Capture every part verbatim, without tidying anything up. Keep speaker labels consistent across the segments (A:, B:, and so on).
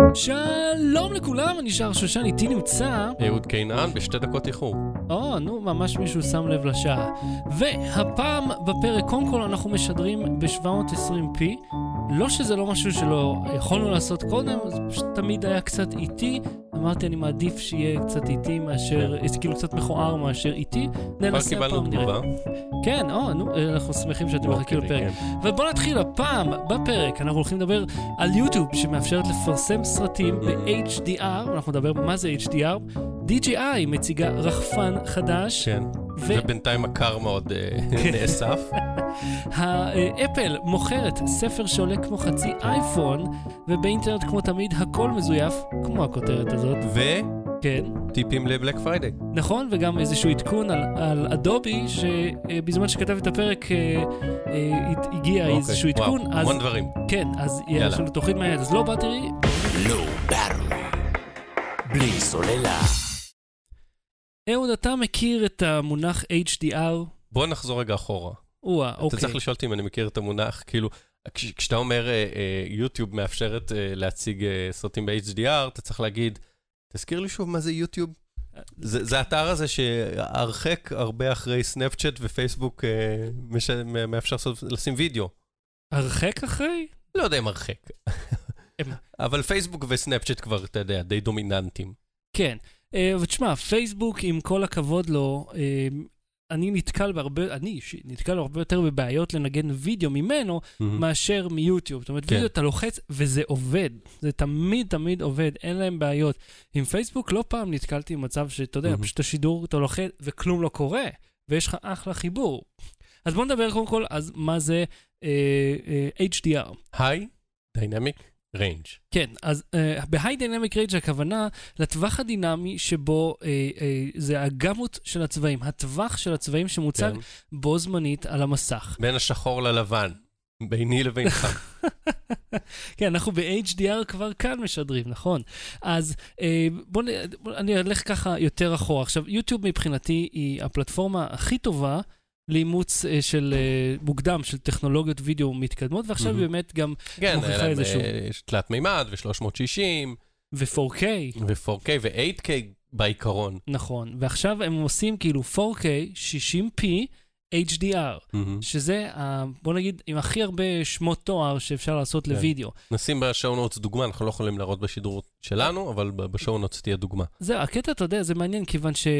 A: שלום לכולם, אני שר שושן, איתי נמצא
B: אהוד קינן בשתי דקות איחור.
A: או, נו, ממש מישהו שם לב לשעה. והפעם בפרק, קודם כל אנחנו משדרים ב-שבע מאות ועשרים פי. לא שזה לא משהו שלא יכולנו לעשות קודם, זה פשוט תמיד היה קצת איטי. אמרתי, אני מעדיף שיהיה קצת איטי מאשר, כאילו קצת מכוער מאשר איטי.
B: כבר קיבלנו תגובה.
A: כן, או, נו, אנחנו שמחים שאתם מחכים לפרק. ובואו נתחיל הפעם בפרק. אנחנו הולכים לדבר על יוטיוב שמאפשרת לפרסם סרטים ב-אייץ' די אר. אנחנו נדבר מה זה אייץ' די אר. די ג'יי איי מציגה רחפן חדש.
B: כן, ובינתיים הקר מאוד נאסף.
A: האפל מוכרת ספר שעולה כמו חצי אייפון, ובאינטרנט כמו תמיד הכל מזויף, כמו הכותרת הזאת.
B: ו...
A: כן.
B: טיפים לבלק פריידיי.
A: נכון, וגם איזשהו עדכון על, על אדובי, שבזמן שכתב את הפרק הגיע
B: אוקיי,
A: איזשהו עדכון.
B: וואו,
A: אז,
B: המון דברים.
A: כן, אז יש לנו תוכנית מהיד, אז לא באטרי.
C: לא באטרי. בלי סוללה.
A: אהוד, אתה מכיר את המונח אייץ' די אר?
B: בוא נחזור רגע אחורה.
A: וואה, אוקיי.
B: אתה צריך לשאול אותי אם אני מכיר את המונח, כאילו, כש, כשאתה אומר יוטיוב מאפשרת להציג סרטים ב-אייץ' די אר, אתה צריך להגיד, תזכיר לי שוב מה זה יוטיוב? זה, זה האתר הזה שהרחק הרבה אחרי סנאפצ'אט ופייסבוק מש, מאפשר לשים וידאו.
A: הרחק אחרי?
B: לא יודע אם הרחק. אבל פייסבוק וסנאפצ'אט כבר, אתה יודע, די דומיננטיים.
A: כן, ותשמע, פייסבוק, עם כל הכבוד לו, אני נתקל בהרבה, אני אישית, נתקל הרבה יותר בבעיות לנגן וידאו ממנו, מאשר מיוטיוב. זאת אומרת, וידאו אתה לוחץ, וזה עובד. זה תמיד תמיד עובד, אין להם בעיות. עם פייסבוק לא פעם נתקלתי עם מצב שאתה יודע, פשוט השידור, אתה לוחץ, וכלום לא קורה, ויש לך אחלה חיבור. אז בוא נדבר קודם כל, אז מה זה אייץ' די אר?
B: היי, דיינמיק. ריינג'.
A: כן, אז uh, ב-High Dynamic Range הכוונה לטווח הדינמי שבו uh, uh, זה הגמות של הצבעים, הטווח של הצבעים שמוצג כן. בו זמנית על המסך.
B: בין השחור ללבן, ביני לבינך.
A: כן, אנחנו ב-אייץ' די אר כבר כאן משדרים, נכון. אז uh, בוא, בוא אני אלך ככה יותר אחורה. עכשיו, יוטיוב מבחינתי היא הפלטפורמה הכי טובה לאימוץ של מוקדם של טכנולוגיות וידאו מתקדמות, ועכשיו באמת גם מוכיחה איזשהו...
B: כן, יש תלת מימד ו-שלוש מאות שישים.
A: ו-פור קיי.
B: ו-פור קיי ו-אייט קיי בעיקרון.
A: נכון, ועכשיו הם עושים כאילו פור קיי, שישים פי, אייץ' די אר, שזה, בוא נגיד, עם הכי הרבה שמות תואר שאפשר לעשות לוידאו.
B: נשים בשואו נוטס דוגמה, אנחנו לא יכולים להראות בשידור שלנו, אבל בשואו נוטס תהיה דוגמה.
A: זהו, הקטע, אתה יודע, זה מעניין, כיוון ש...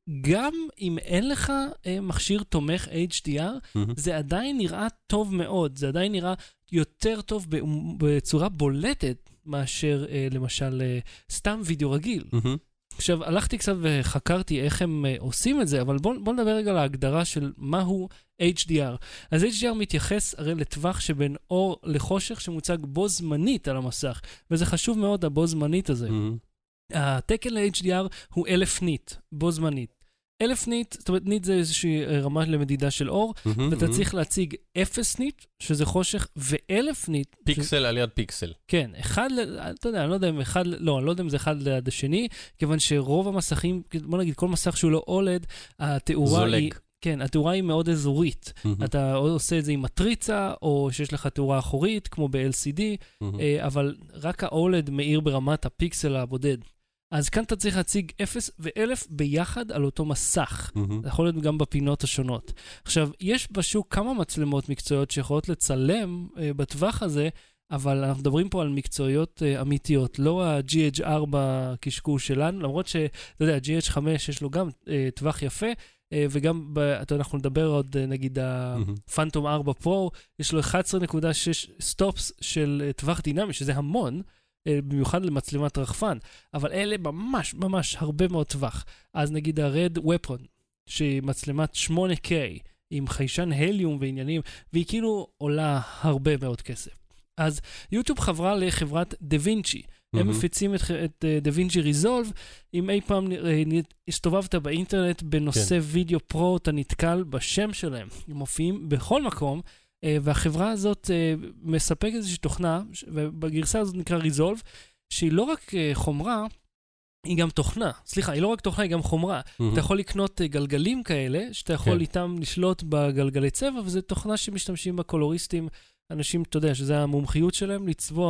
A: גם אם אין לך אה, מכשיר תומך אייץ' די אר, mm-hmm. זה עדיין נראה טוב מאוד, זה עדיין נראה יותר טוב בצורה בולטת, מאשר אה, למשל אה, סתם וידאו רגיל. Mm-hmm. עכשיו, הלכתי קצת וחקרתי איך הם אה, עושים את זה, אבל בואו בוא נדבר רגע על ההגדרה של מהו אייץ' די אר. אז אייץ' די אר מתייחס הרי לטווח שבין אור לחושך שמוצג בו זמנית על המסך, וזה חשוב מאוד הבו זמנית הזה. Mm-hmm. התקן ל-אייץ' די אר הוא אלף ניט, בו זמנית. אלף ניט, זאת אומרת, ניט זה איזושהי רמה למדידה של אור, mm-hmm, ואתה mm-hmm. צריך להציג אפס ניט, שזה חושך, ואלף ניט.
B: פיקסל
A: ש...
B: על יד פיקסל. כן,
A: אחד, אתה יודע, אני לא יודע אם אחד, לא, אני לא יודע אם זה אחד ליד השני, כיוון שרוב המסכים, בוא נגיד, כל מסך שהוא לא אולד, התאורה
B: זולג.
A: היא... כן, התאורה היא מאוד אזורית. Mm-hmm. אתה עושה את זה עם מטריצה, או שיש לך תאורה אחורית, כמו ב-אל סי די, mm-hmm. אבל רק ה-אולד מאיר ברמת הפיקסל הבודד. אז כאן אתה צריך להציג אפס ואלף ביחד על אותו מסך. Mm-hmm. זה יכול להיות גם בפינות השונות. עכשיו, יש בשוק כמה מצלמות מקצועיות שיכולות לצלם אה, בטווח הזה, אבל אנחנו מדברים פה על מקצועיות אה, אמיתיות, לא ה-ג'י אייץ' ארבע קשקוש שלנו, למרות שאתה יודע, ה-ג'י אייץ' חמש יש לו גם אה, טווח יפה, אה, וגם, ב, אתה, אנחנו נדבר עוד, אה, נגיד, הפנטום ארבע פרו, יש לו אחת עשרה נקודה שש סטופס של אה, טווח דינמי, שזה המון, במיוחד למצלמת רחפן, אבל אלה ממש ממש הרבה מאוד טווח. אז נגיד ה-Red Weapon, שהיא מצלמת שמונה קיי, עם חיישן הליום ועניינים, והיא כאילו עולה הרבה מאוד כסף. אז יוטיוב חברה לחברת דווינצ'י, mm-hmm. הם מפיצים את, את דווינצ'י ריזולב, אם אי פעם הסתובבת באינטרנט בנושא כן. וידאו פרו, אתה נתקל בשם שלהם, הם מופיעים בכל מקום, והחברה הזאת מספקת איזושהי תוכנה, ובגרסה הזאת נקרא ריזולב, שהיא לא רק חומרה, היא גם תוכנה. סליחה, היא לא רק תוכנה, היא גם חומרה. Mm-hmm. אתה יכול לקנות גלגלים כאלה, שאתה יכול כן. איתם לשלוט בגלגלי צבע, וזו תוכנה שמשתמשים בקולוריסטים, אנשים, אתה יודע, שזה המומחיות שלהם, לצבוע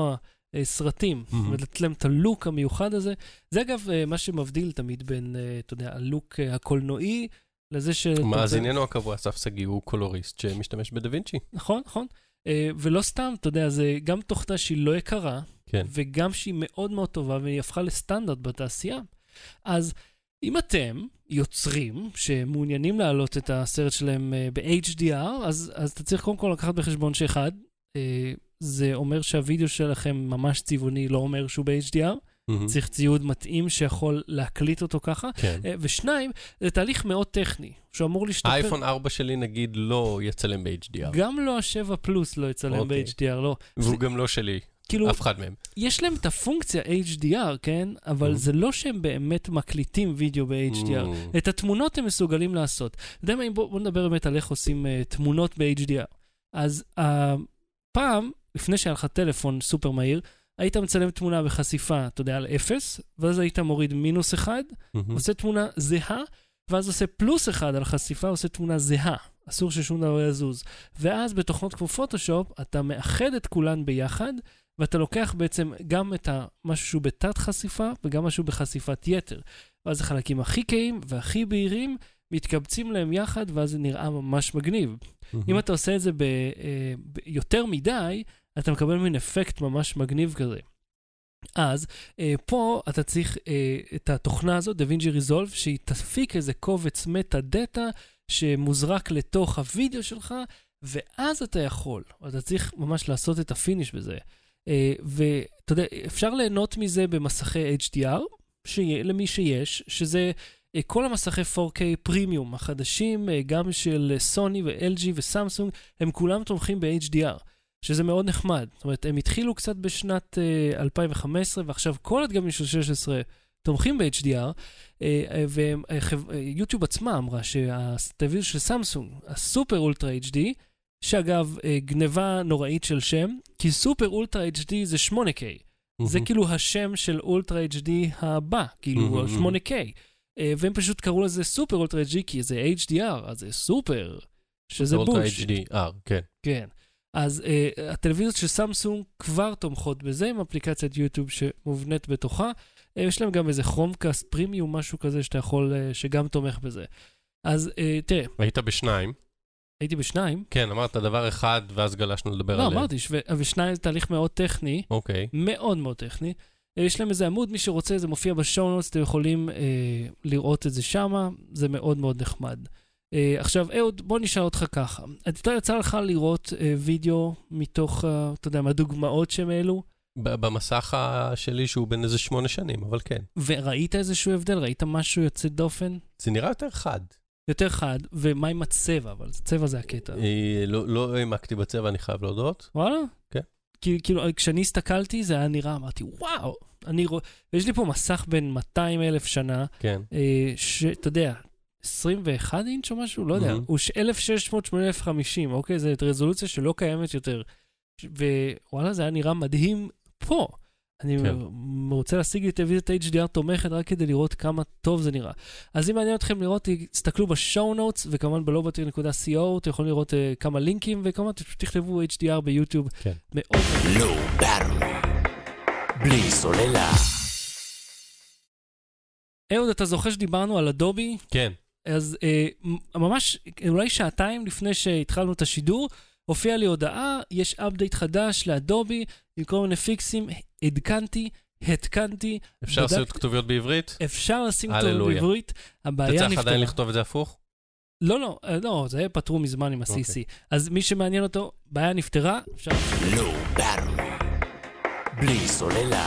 A: סרטים, ולצלם את הלוק המיוחד הזה. זה אגב מה שמבדיל תמיד בין, אתה יודע, הלוק הקולנועי, לזה ש...
B: מאזיננו הקבוע, אסף סגי, הוא קולוריסט שמשתמש בדה וינצ'י.
A: נכון, נכון. ולא סתם, אתה יודע, זה גם תוכנה שהיא לא יקרה,
B: כן.
A: וגם שהיא מאוד מאוד טובה, והיא הפכה לסטנדרט בתעשייה. אז אם אתם יוצרים שמעוניינים להעלות את הסרט שלהם ב-אייץ' די אר, אז, אז אתה צריך קודם כל לקחת בחשבון שאחד, זה אומר שהווידאו שלכם ממש צבעוני, לא אומר שהוא ב-אייץ' די אר, mm-hmm. צריך ציוד מתאים שיכול להקליט אותו ככה,
B: כן.
A: ושניים, זה תהליך מאוד טכני, שאמור להשתפר.
B: האייפון ארבע שלי נגיד לא יצלם ב-אייץ' די אר.
A: גם לא ה-שבע פלוס לא יצלם okay. ב-אייץ' די אר, לא.
B: והוא
A: זה...
B: גם לא שלי.
A: כאילו,
B: אף אחד מהם.
A: יש להם את הפונקציה אייץ' די אר, כן? אבל mm-hmm. זה לא שהם באמת מקליטים וידאו ב-אייץ' די אר. Mm-hmm. את התמונות הם מסוגלים לעשות. אתה יודע מה, בוא, בוא נדבר באמת על איך עושים uh, תמונות ב-אייץ' די אר. אז uh, פעם, לפני שהיה לך טלפון סופר מהיר, היית מצלם תמונה בחשיפה, אתה יודע, על אפס, ואז היית מוריד מינוס אחד, mm-hmm. עושה תמונה זהה, ואז עושה פלוס אחד על חשיפה, עושה תמונה זהה. אסור ששום דבר יזוז. ואז בתוכנות כמו פוטושופ, אתה מאחד את כולן ביחד, ואתה לוקח בעצם גם את משהו שהוא בתת חשיפה, וגם משהו בחשיפת יתר. ואז החלקים הכי קיים והכי בהירים, מתקבצים להם יחד, ואז זה נראה ממש מגניב. Mm-hmm. אם אתה עושה את זה ב, אה, ב, יותר מדי, אתה מקבל מין אפקט ממש מגניב כזה. אז אה, פה אתה צריך אה, את התוכנה הזאת, DaVinci Resolve, שהיא תפיק איזה קובץ מטה-דאטה, שמוזרק לתוך הוידאו שלך, ואז אתה יכול. אתה צריך ממש לעשות את הפיניש בזה. Uh, ואתה יודע, אפשר ליהנות מזה במסכי אייץ' די אר, למי שיש, שזה uh, כל המסכי פור קיי פרימיום החדשים, uh, גם של סוני ו-אל ג'י וסמסונג, הם כולם תומכים ב-אייץ' די אר, שזה מאוד נחמד. זאת אומרת, הם התחילו קצת בשנת uh, אלפיים וחמש עשרה, ועכשיו כל הדגמים של שש עשרה תומכים ב-אייץ' די אר, uh, ויוטיוב עצמה אמרה שהטלוויזיה של סמסונג, הסופר אולטרה אייץ' די, שאגב, גניבה נוראית של שם, כי סופר אולטרה אייץ' די זה שמונה קיי. Mm-hmm. זה כאילו השם של אולטרה אייץ' די הבא, כאילו mm-hmm. שמונה קיי. והם פשוט קראו לזה סופר אולטרה אייץ' די, כי זה אייץ' די אר, אז זה סופר, שזה בוש.
B: אולטרה אייץ' די אר, כן.
A: כן. אז uh, הטלוויזיות של סמסונג כבר תומכות בזה, עם אפליקציית יוטיוב שמובנית בתוכה. Uh, יש להם גם איזה כרומקאסט פרימיום, משהו כזה שאתה יכול, uh, שגם תומך בזה. אז uh, תראה.
B: היית בשניים.
A: הייתי בשניים.
B: כן, אמרת דבר אחד, ואז גלשנו לדבר עליהם.
A: לא, אמרתי, ושניים זה תהליך מאוד טכני.
B: אוקיי. מאוד
A: מאוד טכני. יש להם איזה עמוד, מי שרוצה, זה מופיע בשואונוטס, אתם יכולים אה, לראות את זה שמה, זה מאוד מאוד נחמד. אה, עכשיו, אהוד, בוא נשאל אותך ככה. אתה יצא לך לראות אה, וידאו מתוך, אה, אתה יודע, מהדוגמאות שהם אלו?
B: במסך שלי שהוא בין איזה שמונה שנים, אבל כן.
A: וראית איזשהו הבדל? ראית משהו יוצא דופן?
B: זה נראה יותר חד.
A: יותר חד, ומה עם הצבע? אבל הצבע זה הקטע.
B: לא, לא העמקתי בצבע, אני חייב להודות.
A: וואלה?
B: כן.
A: כאילו, כשאני הסתכלתי, זה היה נראה, אמרתי, וואו, אני רואה, ויש לי פה מסך בין מאתיים אלף שנה,
B: כן.
A: שאתה יודע, עשרים ואחד אינץ' או משהו, לא יודע, הוא אלף שש מאות שמונים אלף וחמישים, אוקיי? זו רזולוציה שלא קיימת יותר. ווואלה, זה היה נראה מדהים פה. אני רוצה להשיג לי טלוויזיית אייץ' די אר תומכת רק כדי לראות כמה טוב זה נראה. אז אם מעניין אתכם לראות, תסתכלו בשואו נוטס, וכמובן בלובטרי נקודה סי או, אתם יכולים לראות כמה לינקים, וכמובן תכתבו אייץ' די אר ביוטיוב. מאוד
C: לא ברור. בלי סוללה.
A: אהוד, אתה זוכר שדיברנו על אדובי?
B: כן.
A: אז ממש, אולי שעתיים לפני שהתחלנו את השידור, הופיע לי הודעה, יש אפדייט חדש לאדובי, עם כל מיני פיקסים, עדכנתי, התקנתי.
B: אפשר לעשות כתוביות בעברית?
A: אפשר לשים כתוביות בעברית. הבעיה נפתרה.
B: אתה צריך עדיין לכתוב את זה הפוך?
A: לא, לא, לא, זה פתרו מזמן עם ה-סי סי. אז מי שמעניין אותו, בעיה נפתרה, אפשר...
C: לא ברור. בלי סוללה.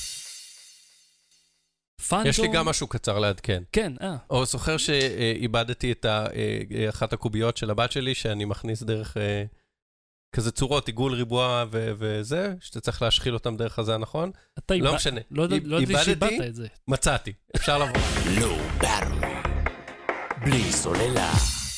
B: יש לי גם משהו קצר לעדכן.
A: כן, אה.
B: או זוכר שאיבדתי את אחת הקוביות של הבת שלי, שאני מכניס דרך... כזה צורות, עיגול, ריבוע וזה, שאתה צריך להשחיל אותם דרך הזה, נכון? לא משנה.
A: לא יודע שאיבדת את זה.
B: מצאתי, אפשר לבוא.
C: לא ברור. בלי סוללה.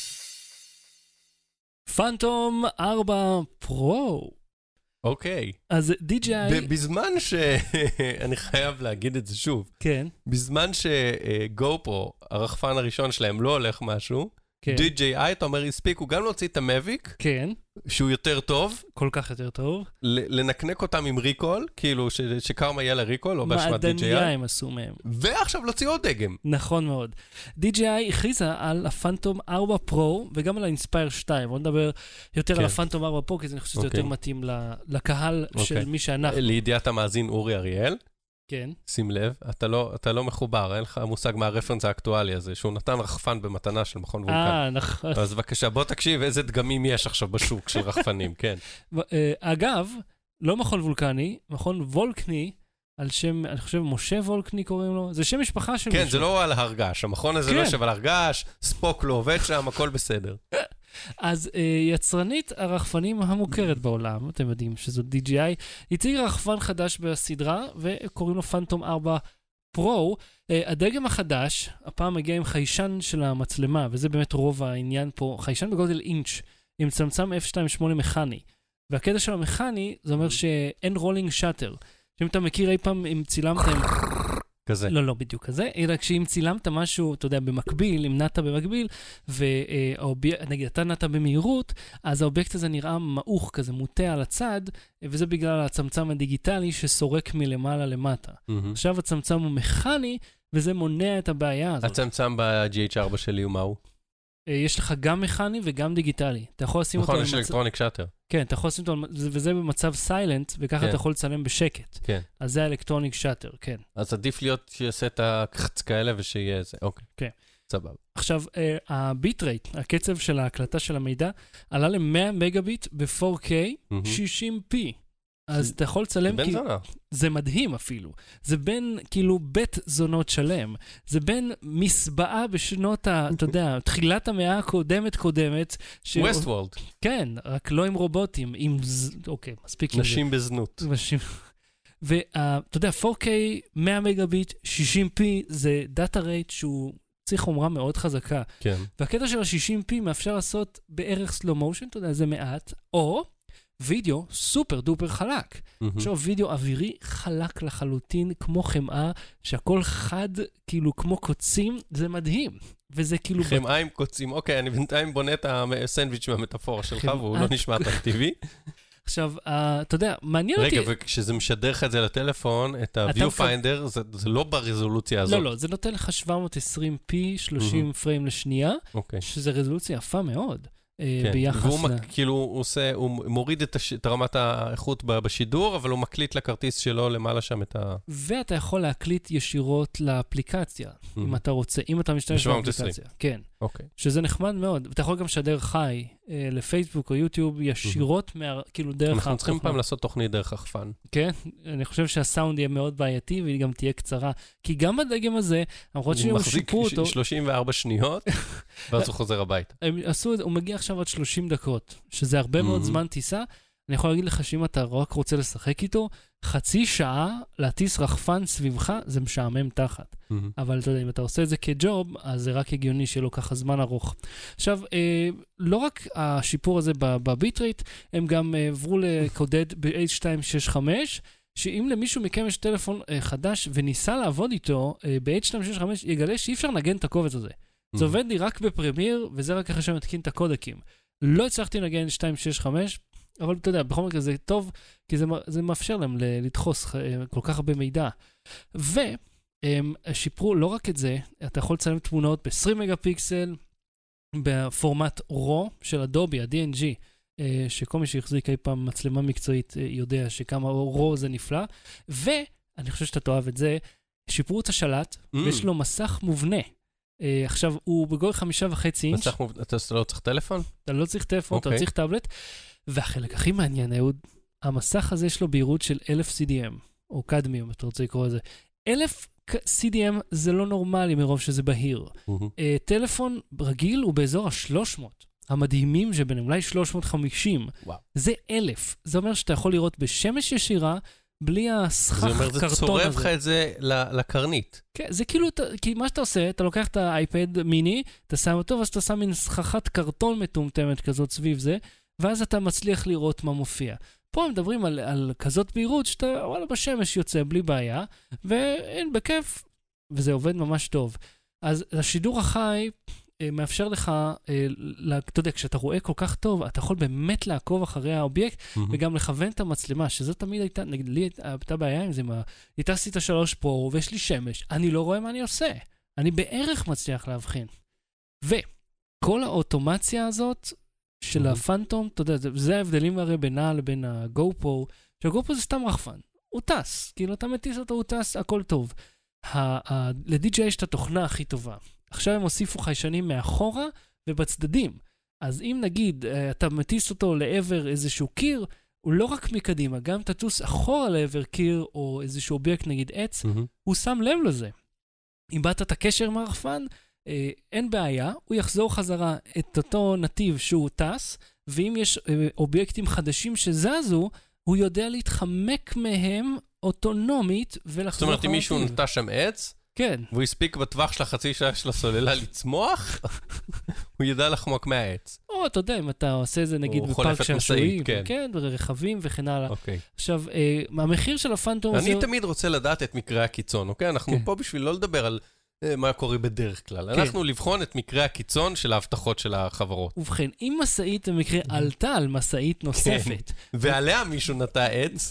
A: פנטום ארבע פרו.
B: אוקיי.
A: אז די ג'יי איי...
B: בזמן ש... אני חייב להגיד את זה שוב.
A: כן.
B: בזמן שגו פרו, הרחפן הראשון שלהם, לא הולך משהו, די ג'יי איי, אתה אומר, הספיקו גם להוציא את המאביק,
A: כן.
B: שהוא יותר טוב.
A: כל כך יותר טוב.
B: לנקנק אותם עם ריקול, כאילו שקרמה יהיה לה ריקול, או באשמת די ג'יי איי.
A: מעדניה הם עשו מהם.
B: ועכשיו להוציא עוד דגם.
A: נכון מאוד. די ג'יי איי הכריזה על הפנטום ארבע פרו, וגם על האינספייר שתיים. בוא נדבר יותר על הפנטום ארבע פרו, כי אני חושב שזה יותר מתאים לקהל של מי שאנחנו.
B: לידיעת המאזין אורי אריאל.
A: כן.
B: שים לב, אתה לא, אתה לא מחובר, אין לך מושג מה הרפרנס האקטואלי הזה, שהוא נתן רחפן במתנה של מכון וולקן.
A: אה, נכון.
B: אז בבקשה, בוא תקשיב איזה דגמים יש עכשיו בשוק של רחפנים, כן.
A: אגב, לא מכון וולקני, מכון וולקני, על שם, אני חושב, משה וולקני קוראים לו, זה שם משפחה של
B: כן,
A: מישהו.
B: זה לא על הרגש, המכון הזה לא יושב על הרגש, ספוק לא עובד שם, הכל בסדר.
A: אז uh, יצרנית הרחפנים המוכרת בעולם, אתם יודעים שזו די ג'יי איי, הציג רחפן חדש בסדרה, וקוראים לו פנטום ארבע פרו. Uh, הדגם החדש, הפעם מגיע עם חיישן של המצלמה, וזה באמת רוב העניין פה, חיישן בגודל אינץ', עם צמצם אף שתיים שמונה מכני. והקטע של המכני, זה אומר שאין רולינג שאטר. שאם אתה מכיר אי פעם, אם צילמתם...
B: כזה.
A: לא, לא בדיוק כזה, אלא כשאם צילמת משהו, אתה יודע, במקביל, אם נעת במקביל, ונגיד, אתה נעת במהירות, אז האובייקט הזה נראה מעוך כזה, מוטה על הצד, וזה בגלל הצמצם הדיגיטלי שסורק מלמעלה למטה. עכשיו הצמצם הוא מכני, וזה מונע את הבעיה הזאת.
B: הצמצם ב-ג'י אייץ' ארבע שלי הוא מהו?
A: יש לך גם מכני וגם דיגיטלי. אתה יכול לשים אותו...
B: נכון, יש אלקטרוניק שאטר.
A: כן, אתה יכול לשים אותו, וזה במצב סיילנט, וככה אתה יכול לצלם בשקט.
B: כן.
A: אז זה האלקטרוניק שאטר, כן.
B: אז עדיף להיות שיעשה את הקחץ כאלה ושיהיה זה, אוקיי.
A: כן.
B: סבב.
A: עכשיו, הביט רייט, הקצב של ההקלטה של המידע, עלה ל-מאה מגביט ב-פור קיי, שישים פי. אז אתה יכול לצלם...
B: זה בין זונה.
A: זה מדהים אפילו. זה בין, כאילו, בית זונות שלם. זה בין מסבעה בשנות ה... אתה יודע, תחילת המאה הקודמת קודמת.
B: ווסט וורלד.
A: כן, רק לא עם רובוטים, עם... אוקיי, מספיק.
B: נשים בזנות.
A: נשים... ואתה יודע, פור קיי, מאה מגביט, שישים פי, זה דאטה רייט שהוא צריך חומרה מאוד חזקה.
B: כן.
A: והקטע של ה-שישים פי מאפשר לעשות בערך סלו מושן, אתה יודע, זה מעט, או... וידאו סופר דופר חלק. עכשיו, וידאו אווירי חלק לחלוטין, כמו חמאה, שהכל חד, כאילו, כמו קוצים, זה מדהים. וזה כאילו...
B: חמאה עם קוצים, אוקיי, אני בינתיים בונה את הסנדוויץ' מהמטאפורה שלך, והוא לא נשמע טבעי.
A: עכשיו, אתה יודע, מעניין אותי...
B: רגע, וכשזה משדר לך את זה לטלפון, את ה-Viewfinder, זה לא ברזולוציה הזאת.
A: לא, לא, זה נותן לך שבע מאות עשרים פי, שלושים פריים לשנייה, שזה רזולוציה יפה מאוד. ביחס
B: והוא
A: ל...
B: כאילו הוא עושה, הוא מוריד את, הש... את רמת האיכות בשידור, אבל הוא מקליט לכרטיס שלו למעלה שם את ה...
A: ואתה יכול להקליט ישירות לאפליקציה, mm-hmm. אם אתה רוצה, אם אתה משתמש באפליקציה. כן.
B: אוקיי.
A: שזה נחמד מאוד. ואתה יכול גם לשדר חי אה, לפייסבוק או יוטיוב ישירות, mm-hmm. מה... כאילו דרך החפן.
B: אנחנו צריכים פעם לעשות תוכנית דרך החפן.
A: כן, אני חושב שהסאונד יהיה מאוד בעייתי, והיא גם תהיה קצרה. כי גם בדגם הזה, למרות שהם שיפרו אותו...
B: הוא מחזיק שלושים וארבע שניות, ואז הוא חוזר הביתה.
A: הם עשו, הוא מגיע עכשיו עד שלושים דקות, שזה הרבה מאוד זמן טיסה. אני יכול להגיד לך שאם אתה רק רוצה לשחק איתו, חצי שעה להטיס רחפן סביבך, זה משעמם תחת. אבל אתה יודע, אם אתה עושה את זה כג'וב, אז זה רק הגיוני שלא ככה זמן ארוך. עכשיו, לא רק השיפור הזה בביט רייט, הם גם עברו לקודד ב-אייץ' מאתיים ששים וחמש, שאם למישהו מכם יש טלפון חדש וניסה לעבוד איתו, ב-אייץ' מאתיים ששים וחמש יגלה שאי אפשר לנגן את הקובץ הזה. זה עובד לי רק בפרמיר, וזה רק אחרי שמתקין את הקודקים. לא הצלחתי לנגן מאתיים ששים וחמש, אבל אתה יודע, בכל מקרה זה טוב, כי זה, זה מאפשר להם לדחוס כל כך הרבה מידע. והם שיפרו לא רק את זה, אתה יכול לצלם תמונות ב-עשרים מגה פיקסל, בפורמט רו של אדובי, ה-די אן ג'י, שכל מי שהחזיק אי פעם מצלמה מקצועית יודע שכמה רו זה נפלא, ואני חושב שאתה תאהב את זה, שיפרו את השלט, mm. ויש לו מסך מובנה. Uh, עכשיו, הוא בגודל חמישה וחצי אינץ'.
B: מסך מובנה, אתה לא צריך טלפון?
A: אתה לא צריך טלפון, okay. אתה צריך טאבלט. והחלק הכי מעניין, אהוד, המסך הזה יש לו בהירות של אלף סי די אם, או קדמיום, אתה רוצה לקרוא לזה. אלף סי די אם זה לא נורמלי מרוב שזה בהיר. Mm-hmm. Uh, טלפון רגיל הוא באזור ה-שלוש מאות. המדהימים שביניהם, אולי שלוש מאות וחמישים. Wow. זה אלף. זה אומר שאתה יכול לראות בשמש ישירה, בלי הסכך קרטון הזה.
B: זה אומר, זה צורף לך את זה לקרנית.
A: כן, זה כאילו, כי מה שאתה עושה, אתה לוקח את האייפד מיני, אתה שם אותו, ואז אתה שם מין סככת קרטון מטומטמת כזאת סביב זה, ואז אתה מצליח לראות מה מופיע. פה מדברים על, על כזאת בהירות, שאתה, וואלה, בשמש יוצא בלי בעיה, ואין בכיף, וזה עובד ממש טוב. אז השידור החי, מאפשר לך, אתה יודע, כשאתה רואה כל כך טוב, אתה יכול באמת לעקוב אחרי האובייקט, וגם לכוון את המצלמה, שזו תמיד הייתה, נגיד, לי הייתה בעיה עם זה, הייתה עשית שלוש פרו, ויש לי שמש, אני לא רואה מה אני עושה. אני בערך מצליח להבחין. וכל האוטומציה הזאת של הפנטום, אתה יודע, זה ההבדלים הרי בינה לבין הגו-פרו, שהגו-פרו זה סתם רחפן. הוא טס, כאילו אתה מטיס אותו, הוא טס, הכל טוב. ל-די ג'יי יש את התוכנה הכי טובה. עכשיו הם הוסיפו חיישנים מאחורה ובצדדים. אז אם נגיד, אתה מטיס אותו לעבר איזשהו קיר, הוא לא רק מקדימה, גם תטוס אחורה לעבר קיר או איזשהו אובייקט, נגיד עץ, mm-hmm. הוא שם לב לזה. אם באת את הקשר עם הרחפן, אה, אין בעיה, הוא יחזור חזרה את אותו נתיב שהוא טס, ואם יש אה, אובייקטים חדשים שזזו, הוא יודע להתחמק מהם אוטונומית ולחזור.
B: זאת אומרת, אם מישהו נטע שם עץ,
A: כן.
B: והוא הספיק בטווח של החצי שעה של הסוללה לצמוח, הוא ידע לחמוק מהעץ.
A: או, אתה יודע, אם אתה עושה את זה נגיד בפארק שעשועים,
B: כן.
A: כן, רכבים וכן הלאה.
B: אוקיי.
A: עכשיו, אה, המחיר של הפנטום הזה...
B: אני תמיד רוצה לדעת את מקרה הקיצון, אוקיי? אנחנו כן. פה בשביל לא לדבר על אה, מה קורה בדרך כלל. כן. אנחנו לבחון את מקרה הקיצון של ההבטחות של החברות.
A: ובכן, אם מסעית במקרה עלתה על מסעית נוספת...
B: כן. ועליה מישהו נטע עץ...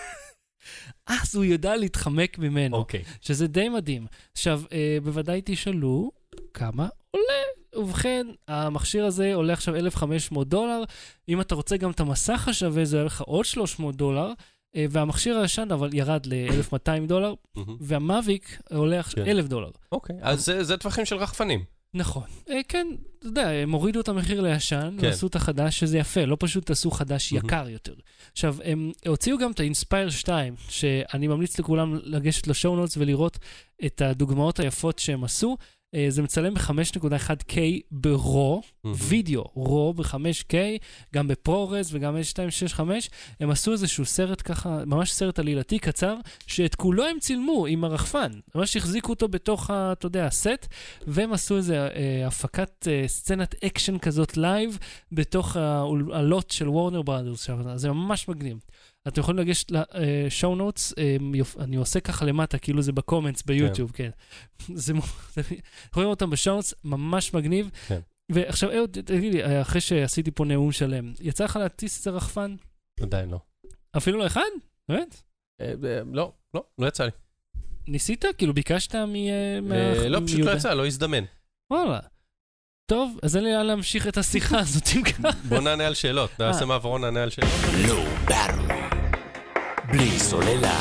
A: אז הוא יודע להתחמק ממנו,
B: אוקיי.
A: שזה די מדהים. עכשיו, אה, בוודאי תשאלו כמה עולה. ובכן, המכשיר הזה עולה עכשיו אלף וחמש מאות דולר. אם אתה רוצה גם את המסך השווה, זה עולה לך עוד שלוש מאות דולר. אה, והמכשיר הישן אבל ירד ל-אלף ומאתיים דולר, והמאביק עולה עכשיו אלף דולר.
B: אוקיי, אז זה, זה טווחים של רחפנים.
A: נכון. אה, כן, אתה יודע, הם הורידו את המחיר לישן, כן. ועשו את החדש, שזה יפה, לא פשוט עשו חדש יקר יותר. עכשיו, הם הוציאו גם את האינספייר שתיים, שאני ממליץ לכולם לגשת לשואו נוטס ולראות את הדוגמאות היפות שהם עשו. זה מצלם ב-חמש נקודה אחת קיי ברו, וידאו, רו ב-חמש קיי, גם בפרורס וגם אלפיים מאתיים ששים וחמש. הם עשו איזשהו סרט ככה, ממש סרט עלילתי קצר, שאת כולו הם צילמו עם הרחפן. ממש החזיקו אותו בתוך, אתה יודע, הסט, והם עשו איזו אה, הפקת אה, סצנת אקשן כזאת לייב, בתוך הלוט של וורנר ברודרס. זה ממש מגניב. אתם יכולים לגשת לשואו נוטס, אני עושה ככה למטה, כאילו זה בקומנטס ביוטיוב, כן. זה, רואים אותם בשואו נוטס, ממש מגניב.
B: כן.
A: ועכשיו, אהוד, תגיד לי, אחרי שעשיתי פה נאום שלם, יצא לך להטיס את זה רחפן?
B: עדיין לא.
A: אפילו לא אחד? באמת?
B: לא, לא, לא יצא לי.
A: ניסית? כאילו ביקשת מ...
B: לא, פשוט לא יצא, לא הזדמן.
A: וואלה. טוב, אז אין לי להמשיך את השיחה הזאת.
B: בוא נענה על שאלות. נעשה מעברון, נענה על שאלות.
C: לא, ברור. בלי סוללה.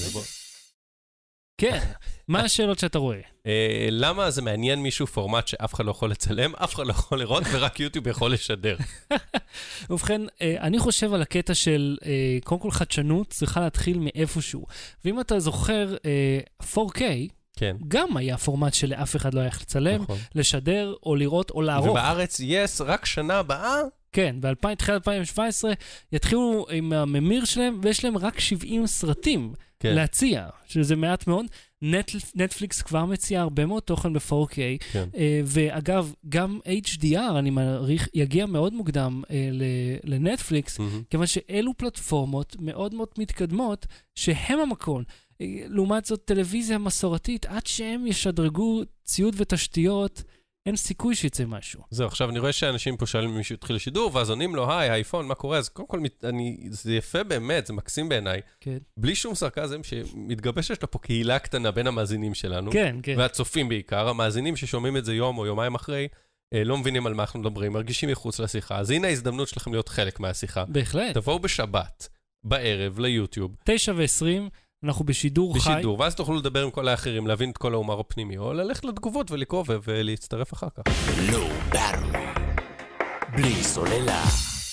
A: כן, מה השאלות שאתה רואה?
B: למה זה מעניין מישהו פורמט שאף אחד לא יכול לצלם, אף אחד לא יכול לראות, ורק יוטיוב יכול לשדר?
A: ובכן, אני חושב על הקטע של, קודם כל חדשנות צריכה להתחיל מאיפשהו. ואם אתה זוכר, פור קיי,
B: כן.
A: גם היה פורמט שלאף אחד לא היה לצלם, נכון. לשדר או לראות או לערוך.
B: ובארץ יש רק שנה הבאה?
A: כן, ב-תחילת אלפיים שבע עשרה יתחילו עם הממיר שלהם, ויש להם רק שבעים סרטים כן. להציע, שזה מעט מאוד. נטפליקס כבר מציע הרבה מאוד תוכן ב-פור קיי, כן. ואגב, גם אייץ' די אר, אני מעריך, יגיע מאוד מוקדם לנטפליקס, mm-hmm. כיוון שאלו פלטפורמות מאוד מאוד מתקדמות, שהם המקום. לעומת זאת, טלוויזיה מסורתית, עד שהם ישדרגו ציוד ותשתיות, אין סיכוי שיצא משהו.
B: זהו, עכשיו אני רואה שאנשים פה שואלים מישהו התחיל לשידור, ואז עונים לו, היי, האייפון, מה קורה? אז קודם כל, אני, זה יפה באמת, זה מקסים בעיניי.
A: כן.
B: בלי שום סרקזם, שמתגבש יש לה פה קהילה קטנה בין המאזינים שלנו.
A: כן, כן.
B: והצופים בעיקר, המאזינים ששומעים את זה יום או יומיים אחרי, לא מבינים על מה אנחנו מדברים, מרגישים מחוץ לשיחה. אז הנה ההזדמנות שלכם להיות חלק מהשיחה.
A: בהחלט.
B: תבואו בשבת, בערב, ליוטיוב.
A: תשע ועשרים, אנחנו בשידור חי.
B: בשידור, ואז תוכלו לדבר עם כל האחרים, להבין את כל ההומר הפנימי, או ללכת לתגובות ולקרוא ולהצטרף אחר כך.
C: לא, ברור. בלי סוללה.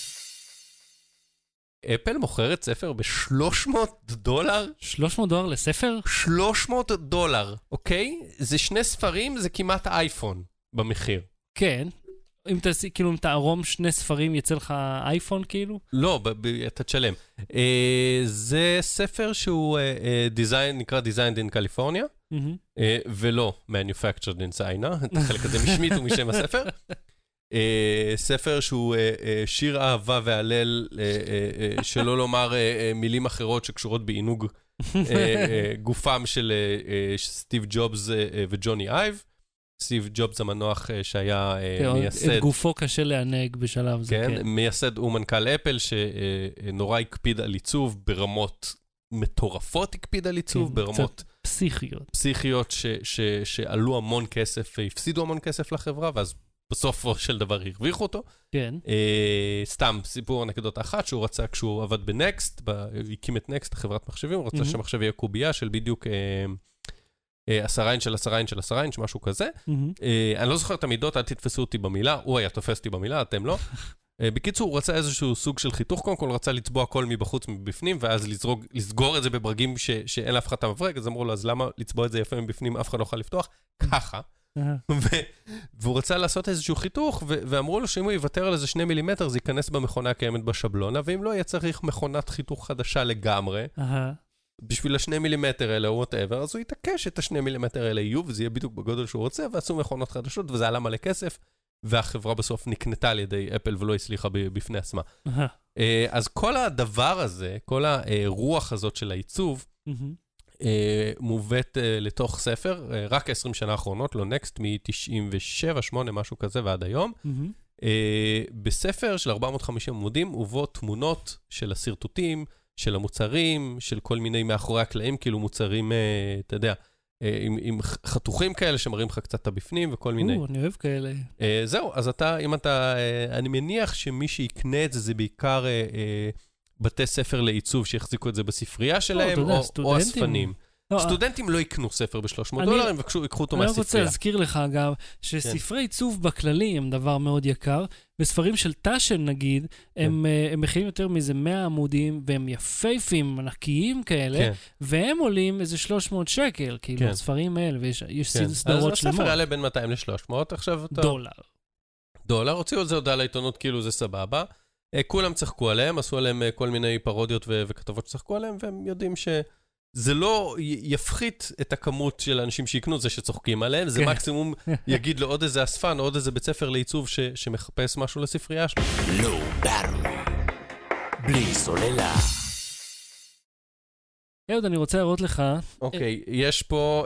B: אפל מוכרת ספר ב-שלוש מאות דולר?
A: שלוש מאות דולר לספר?
B: שלוש מאות דולר, אוקיי? זה שני ספרים, זה כמעט האייפון במחיר. כן.
A: אם אתה, כאילו, אם תערום שני ספרים, יצא לך אייפון, כאילו?
B: לא, אתה תשלם. זה ספר שהוא דיזיין, נקרא Designed in California, ולא Manufactured in China, את החלק הזה משמיטו משם הספר. ספר שהוא שיר אהבה והלל, שלא לומר מילים אחרות שקשורות בעינוג גופם של סטיב ג'ובס וג'וני אייב. סטיב ג'ובס המנוח שהיה
A: כן,
B: מייסד.
A: את גופו קשה לענג בשלב זה,
B: כן,
A: כן.
B: מייסד ומנכ"ל אפל, שנורא הקפיד על עיצוב ברמות מטורפות, הקפיד על עיצוב
A: כן,
B: ברמות
A: פסיכיות.
B: פסיכיות ש, ש, שעלו המון כסף, הפסידו המון כסף לחברה, ואז בסופו של דבר הרוויחו אותו.
A: כן.
B: אה, סתם סיפור אנקדוטה אחת, שהוא רצה כשהוא עבד בנקסט, הקים את נקסט, חברת מחשבים, הוא רצה mm-hmm. שהמחשב יהיה קובייה של בדיוק אה, אה, עשרה אינץ' של עשרה אינץ' של עשרה אינץ', משהו כזה. Mm-hmm. אה, אני לא זוכר את המידות, אל תתפסו אותי במילה, הוא היה תופס אותי במילה, אתם לא. אה, בקיצור, הוא רצה איזשהו סוג של חיתוך, קודם כל רצה לצבוע הכל מבחוץ מבפנים, ואז לזרוג, לסגור את זה בברגים ש, שאין לאף אחד את המברג, אז אמרו לו, אז למה לצבוע את זה יפה מבפנים, אף אחד לא יכול לפתוח? ככה. והוא רצה לעשות איזשהו חיתוך, ואמרו לו שאם הוא יוותר על איזה שני מילימטר, זה ייכנס במכונה הקיימת בשבלונה, ואם לא, יהיה צריך מכונת חיתוך חדשה לגמרי, בשביל השני מילימטר האלה או whatever, אז הוא יתעקש את השני מילימטר האלה יהיו, וזה יהיה בדיוק בגודל שהוא רוצה, ועשו מכונות חדשות, וזה עלה מלא כסף, והחברה בסוף נקנתה על ידי אפל ולא הצליחה בפני עצמה. אז כל הדבר הזה, כל הרוח הזאת של העיצוב, מובאת לתוך ספר, רק עשרים שנה האחרונות, לא נקסט, מ-תשעים ושבע, שמונה, משהו כזה ועד היום. בספר של ארבע מאות וחמישים עמודים, ובו תמונות של הסרטוטים, של המוצרים, של כל מיני מאחורי הקלעים, כאילו מוצרים, אתה יודע, עם חתוכים כאלה שמראים לך קצת את הבפנים וכל מיני.
A: או, אני אוהב כאלה.
B: זהו, אז אתה, אם אתה, אני מניח שמי שיקנה את זה, זה בעיקר בתי ספר לעיצוב שיחזיקו את זה בספרייה שלהם, או הספנים. סטודנטים לא יקנו ספר ב-שלוש מאות דולר, הם יקחו אותו מהספרייה.
A: אני רוצה להזכיר לך, אגב, שספרי עיצוב בכללי הם דבר מאוד יקר, וספרים של טאשן, נגיד, הם מכילים יותר מאיזה מאה עמודים, והם יפייפים, ענקיים כאלה, והם עולים איזה שלוש מאות שקל, כאילו, הספרים האלה, ויש סדרות שלמות.
B: אז הספר יעלה בין מאתיים ל-שלוש מאות, עכשיו אתה...
A: דולר.
B: דולר, הוציאו את זה הודעה לעיתונות, כאילו זה סבבה. כולם צחקו עליהם, עשו עליהם כל מיני פרודיות וכתבות שצחקו עליהם, והם יודעים שזה לא יפחית את הכמות של האנשים שיקנו זה שצוחקים עליהם, זה מקסימום יגיד לו עוד איזה אספן, עוד איזה בית ספר לעיצוב שמחפש משהו לספרייה שלו.
C: לא ברור, בלי סוללה.
A: אהוד, אני רוצה להראות לך...
B: אוקיי, יש פה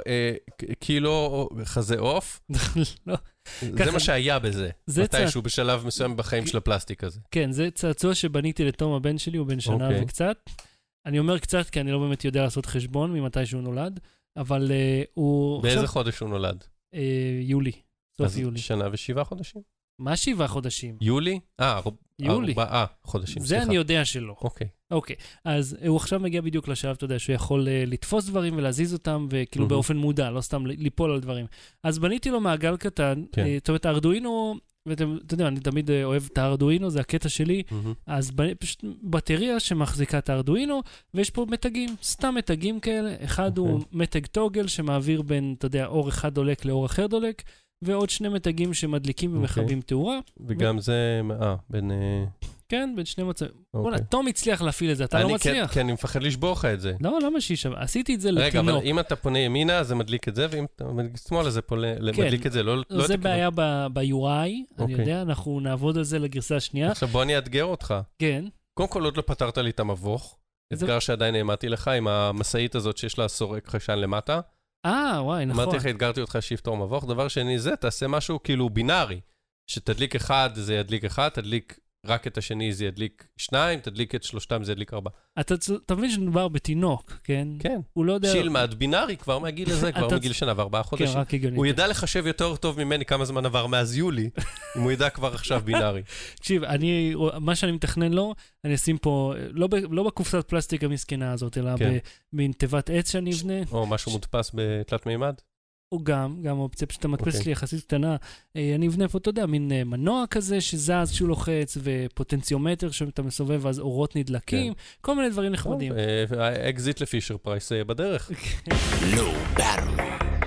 B: קילו חזה עוף.
A: לא.
B: זה מה שהיה בזה, מתישהו בשלב מסוים בחיים של הפלסטיק הזה.
A: כן, זה צעצוע שבניתי לתום הבן שלי, הוא בן שנה וקצת. אני אומר קצת, כי אני לא באמת יודע לעשות חשבון ממתי שהוא נולד, אבל הוא...
B: באיזה חודש הוא נולד?
A: יולי, סוף יולי.
B: שנה ושבעה חודשים?
A: מה שבעה חודשים?
B: יולי? אה, ארבעה חודשים,
A: זה אני יודע שלא.
B: אוקיי.
A: אוקיי, אז הוא עכשיו מגיע בדיוק לשלב, אתה יודע, שהוא יכול לתפוס דברים ולהזיז אותם, וכאילו באופן מודע, לא סתם ליפול על דברים. אז בניתי לו מעגל קטן, זאת אומרת, הארדואינו, ואתה יודע, אני תמיד אוהב את הארדואינו, זה הקטע שלי, אז פשוט בטריה שמחזיקה את הארדואינו, ויש פה מתגים, סתם מתגים כאלה, אחד הוא מתג טוגל שמעביר בין, אתה יודע, אור אחד דולק לאור אחר דולק, ועוד שני מתגים שמדליקים ומחבים תאורה.
B: וגם זה, אה, בין...
A: כן, בין שני מצבים. בוא'נה, תום הצליח להפעיל את זה, אתה לא מצליח.
B: כן, אני מפחד לשבור לך את זה.
A: לא, למה שישב? עשיתי את זה לתינוק.
B: רגע, אבל אם אתה פונה ימינה, זה מדליק את זה, ואם אתה מדליק שמאלה, זה מדליק את זה, לא...
A: זה בעיה ב-יו איי, אני יודע, אנחנו נעבוד על זה לגרסה השנייה.
B: עכשיו בוא אני אתגר אותך.
A: כן.
B: קודם כל עוד לא פתרת לי את המבוך. אתגר שעדיין העמדתי לך עם המסעית הזאת שיש לה סורק חיישן למטה.
A: אה, וואי, נכון.
B: אמרתי לך, התגרתי אותך שיפתור מבוך. דבר שני זה, תעשה משהו כאילו בינארי. שתדליק אחד, זה ידליק אחד, תדליק רק את השני, זה ידליק שניים, תדליק את שלושתם, זה ידליק ארבע.
A: אתה מבין שמדובר בתינוק, כן?
B: כן.
A: הוא לא יודע...
B: שילמד בינארי כבר מהגיל הזה, כבר מגיל שנה וארבעה חודשים.
A: כן, רק הגיוני. הוא
B: ידע לחשב יותר טוב ממני כמה זמן עבר מאז יולי, אם הוא ידע כבר עכשיו בינארי.
A: תקשיב, מה שאני מתכנן לו, אני אשים פה, לא בקופסת פלסטיק המסכנה הזאת, אלא במין תיבת עץ שאני אבנה.
B: או משהו מודפס בתלת מימד.
A: או גם, גם אופציה פשוט המדפסת לי יחסית קטנה, אני אבנה פה, אתה יודע, מין מנוע כזה שזז שהוא לוחץ, ופוטנציומטר שאתה מסובב, ואז אורות נדלקים, כל מיני דברים נחמדים.
B: אקזיט לפישר פרייס בדרך.
C: לא ברור,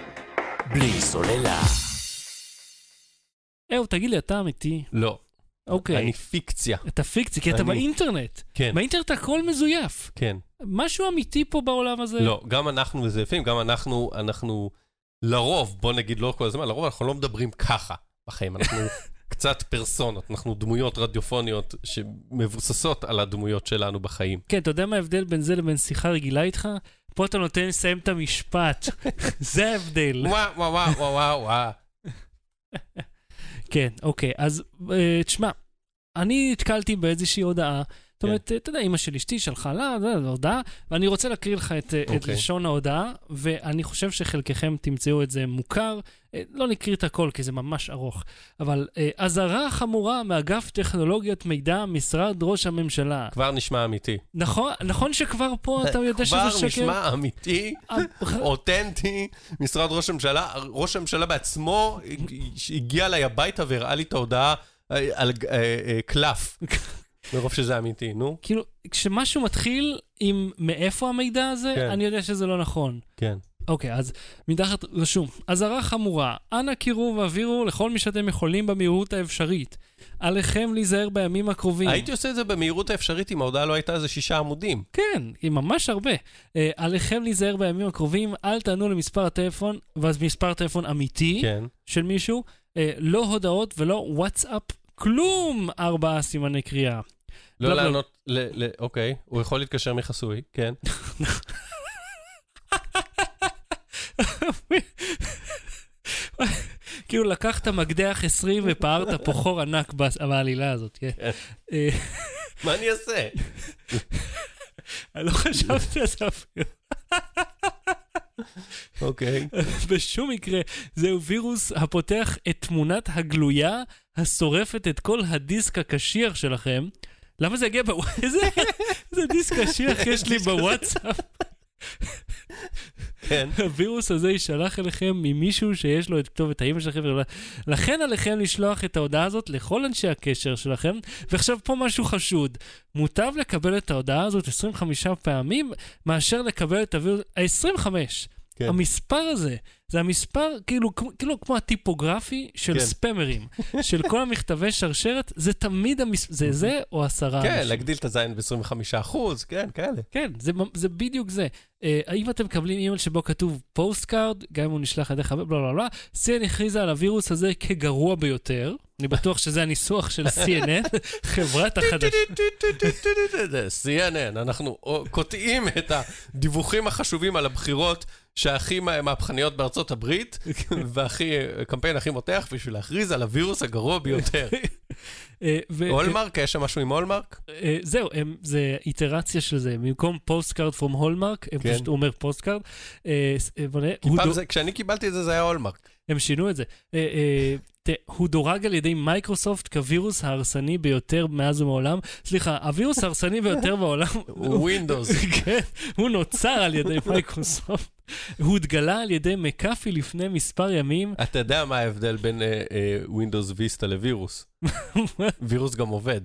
C: בלי סוללה.
A: אהו, תגיד לי, אתה אמיתי?
B: לא.
A: אוקיי.
B: אני פיקציה.
A: אתה פיקציה, כי אתה באינטרנט.
B: כן.
A: באינטרנט הכל מזויף.
B: כן.
A: משהו אמיתי פה בעולם הזה?
B: לא, גם אנחנו מזויפים, גם אנחנו, אנחנו... לרוב, בוא נגיד לא כל הזמן, לרוב אנחנו לא מדברים ככה בחיים, אנחנו קצת פרסונות, אנחנו דמויות רדיופוניות שמבוססות על הדמויות שלנו בחיים.
A: כן, אתה יודע מה ההבדל בין זה לבין שיחה רגילה איתך? פה אתה נותן לסיים את המשפט, זה ההבדל.
B: וואו, וואו, וואו, וואו, וואו.
A: כן, אוקיי, אז תשמע, אני התקלתי באיזושהי הודעה, זאת אומרת, אתה יודע, אמא של אשתי שלחה לה, הודעה, ואני רוצה להקריא לך את לשון ההודעה, ואני חושב שחלקכם תמצאו את זה מוכר, לא נקריא את הכל, כי זה ממש ארוך, אבל אזהרה חמורה מאגף טכנולוגיית מידע, משרד ראש הממשלה.
B: כבר נשמע אמיתי.
A: נכון, נכון שכבר פה אתה יודע שזה שקר.
B: כבר נשמע אמיתי, אותנטי, משרד ראש הממשלה, ראש הממשלה בעצמו הגיע אליי הביתה והראה לי את ההודעה על קלף. מרוב שזה אמיתי, נו?
A: כאילו, כשמשהו מתחיל עם מאיפה המידע הזה, כן. אני יודע שזה לא נכון.
B: כן.
A: אוקיי, אז מתחת רשום. אזהרה חמורה, אנא קירו ואווירו לכל מי שאתם יכולים במהירות האפשרית. עליכם להיזהר בימים הקרובים.
B: הייתי עושה את זה במהירות האפשרית אם ההודעה לא הייתה איזה שישה עמודים.
A: כן, היא ממש הרבה. אה, עליכם להיזהר בימים הקרובים, אל תענו למספר הטלפון, ואז מספר טלפון אמיתי כן. של מישהו, אה, לא הודעות ולא וואטסאפ, כלום ארבעה סימני קריאה.
B: לא לענות, אוקיי, הוא יכול להתקשר מחסוי, כן.
A: כאילו לקחת מקדח עשרים ופערת פה חור ענק בעלילה הזאת, כן.
B: מה אני אעשה?
A: אני לא חשבתי על זה אפילו.
B: אוקיי.
A: בשום מקרה, זהו וירוס הפותח את תמונת הגלויה, השורפת את כל הדיסק הקשיח שלכם. למה זה יגיע בוואטסאפ? איזה דיסק קשיח יש לי בוואטסאפ?
B: כן.
A: הווירוס הזה יישלח אליכם ממישהו שיש לו את כתובת האימייל שלכם. לכן עליכם לשלוח את ההודעה הזאת לכל אנשי הקשר שלכם. ועכשיו פה משהו חשוד. מוטב לקבל את ההודעה הזאת עשרים וחמש פעמים, מאשר לקבל את הווירוס... ה-עשרים וחמש. כן. המספר הזה, זה המספר כאילו, כאילו כמו הטיפוגרפי של כן. ספמרים, של כל המכתבי שרשרת, זה תמיד המספר, זה זה או עשרה
B: כן,
A: אנשים.
B: להגדיל את הזין ב-עשרים וחמישה אחוז, כן, כאלה.
A: כן, זה, זה בדיוק זה. אה, האם אתם מקבלים אימייל שבו כתוב פוסט-קארד, גם אם הוא נשלח עליך, בלה בלה בלה, סי אן אן הכריזה על הווירוס הזה כגרוע ביותר, אני בטוח שזה הניסוח של סי אן אן, חברת החדש.
B: סי אן אן, אנחנו קוטעים את הדיווחים החשובים על הבחירות שהכי מהפכניות בארצות הברית, והקמפיין הכי מותח בשביל להכריז על הווירוס הגרוע ביותר. הולמרק, יש שם משהו עם הולמרק?
A: זהו, זה איטרציה של זה, במקום פוסט-קארד פרום הולמרק, הם פשוט אומר פוסט-קארד.
B: כשאני קיבלתי את זה, זה היה הולמרק.
A: הם שינו את זה. הוא דורג על ידי מייקרוסופט כווירוס ההרסני ביותר מאז ומעולם. סליחה, הווירוס ההרסני ביותר בעולם...
B: הוא ווינדוס.
A: כן, הוא נוצר על ידי מייקרוסופט. הוא התגלה על ידי מקאפי לפני מספר ימים.
B: אתה יודע מה ההבדל בין ווינדוס ויסטה לווירוס? וירוס גם עובד.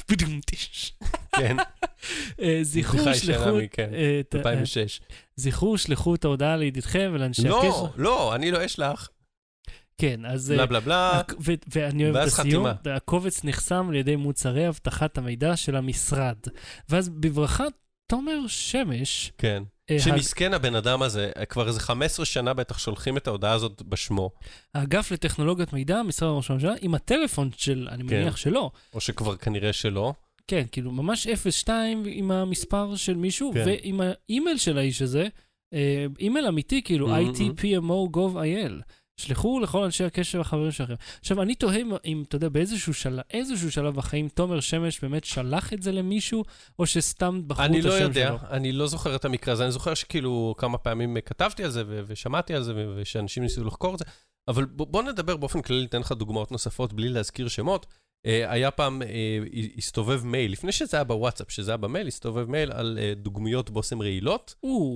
B: כן.
A: זכרו שלחו...
B: אלפיים ושש.
A: זכרו שלחו את ההודעה לידידכם ולאנשי הקשר.
B: לא, לא, אני לא אשלח.
A: כן, אז...
B: בלה בלה בלה.
A: ואני אוהב את הסיום, הקובץ נחסם על ידי מוצרי הבטחת המידע של המשרד. ואז בברכה, תומר שמש...
B: כן. שמסכן הבן אדם הזה, כבר איזה חמש עשרה שנה בטח שולחים את ההודעה הזאת בשמו.
A: האגף לטכנולוגיות מידע, משרד ראש הממשלה, עם הטלפון של, אני מניח שלא.
B: או שכבר כנראה שלא.
A: כן, כאילו ממש אפס שתיים עם המספר של מישהו, ועם האימייל של האיש הזה, אימייל אמיתי, כאילו איי טי פי אם או גוב איי אל. שלחו לכל אנשי הקשר והחברים שלכם. עכשיו, אני תוהה אם, אתה יודע, באיזשהו שלב, איזשהו שלב בחיים, תומר שמש באמת שלח את זה למישהו, או שסתם בחרו את השם שלו?
B: אני לא יודע, אני לא זוכר את המקרה הזה. אני זוכר שכאילו כמה פעמים כתבתי על זה, ושמעתי על זה, ושאנשים ניסו לחקור את זה. אבל בוא נדבר באופן כללי, ניתן לך דוגמאות נוספות, בלי להזכיר שמות. היה פעם, הסתובב מייל, לפני שזה היה בוואטסאפ, שזה היה במייל, הסתובב מייל על דוגמיות בושם רעילות.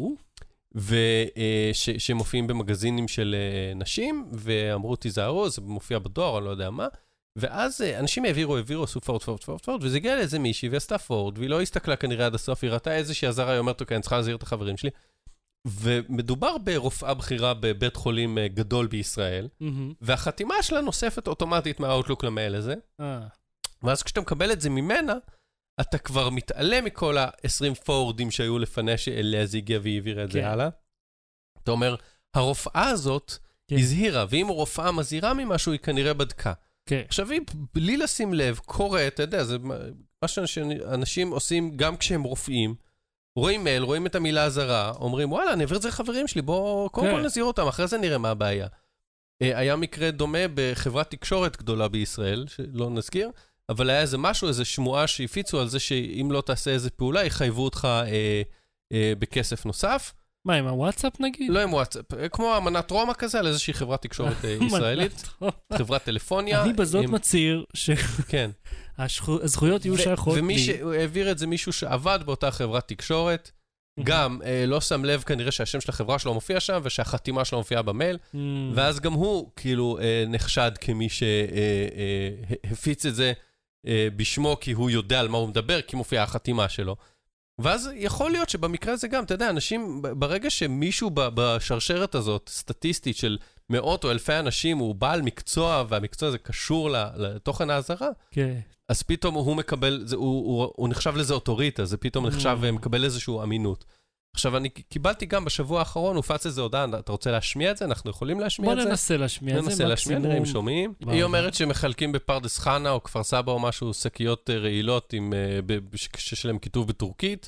B: ושמופיעים במגזינים של נשים, ואמרו תיזהרו, זה מופיע בדואר, אני לא יודע מה, ואז אנשים העבירו, העבירו, עשו פורד, פורד, פורד, פורד, וזה הגיע לאיזה מישהי, ועשתה פורד, והיא לא הסתכלה כנראה עד הסוף, היא ראתה איזושהי עזרה, היא אומרת, אוקיי, אני צריכה להזהיר את החברים שלי, ומדובר ברופאה בכירה בבית חולים גדול בישראל, והחתימה שלה נוספת אוטומטית מהאוטלוק למייל הזה, ואז כשאתה מקבל את זה ממנה, אתה כבר מתעלם מכל ה-עשרים פורדים שהיו לפני שאליה זה הגיע והעבירה את זה הלאה. אתה אומר, הרופאה הזאת הזהירה, ואם רופאה מזהירה ממשהו, היא כנראה בדקה. עכשיו, היא בלי לשים לב, קורא, אתה יודע, זה מה שאנשים עושים גם כשהם רופאים, רואים מייל, רואים את המילה הזרה, אומרים, וואלה, אני אעביר את זה לחברים שלי, בואו, קודם כל נזהיר אותם, אחרי זה נראה מה הבעיה. היה מקרה דומה בחברת תקשורת גדולה בישראל, שלא נזכיר, אבל היה איזה משהו, איזה שמועה שהפיצו על זה שאם לא תעשה איזה פעולה, יחייבו אותך אה, אה, בכסף נוסף.
A: מה, עם הוואטסאפ נגיד?
B: לא עם וואטסאפ, כמו אמנת רומא כזה, על איזושהי חברת תקשורת ישראלית, חברת טלפוניה.
A: אני בזאת מצהיר שהזכויות יהיו שייכות לי.
B: ומי שהעביר את זה מישהו שעבד באותה חברת תקשורת, גם לא שם לב כנראה שהשם של החברה שלו מופיע שם, ושהחתימה שלו מופיעה במייל, ואז גם הוא כאילו נחשד כמי שהפיץ את זה בשמו, כי הוא יודע על מה הוא מדבר, כי מופיעה החתימה שלו. ואז יכול להיות שבמקרה הזה גם, אתה יודע, אנשים, ברגע שמישהו בשרשרת הזאת, סטטיסטית של מאות או אלפי אנשים, הוא בעל מקצוע, והמקצוע הזה קשור לתוכן האזהרה,
A: כן.
B: אז פתאום הוא מקבל, זה, הוא, הוא, הוא נחשב לזה אוטוריטה, זה פתאום נחשב ומקבל איזשהו אמינות. עכשיו, אני קיבלתי גם בשבוע האחרון, הופץ איזה הודעה, אתה רוצה להשמיע את זה? אנחנו יכולים להשמיע את זה?
A: בוא ננסה להשמיע את זה.
B: ננסה להשמיע, נראה אם שומעים. היא אומרת שמחלקים בפרדס חנה או כפר סבא או משהו, שקיות רעילות שלהם כיתוב בטורקית,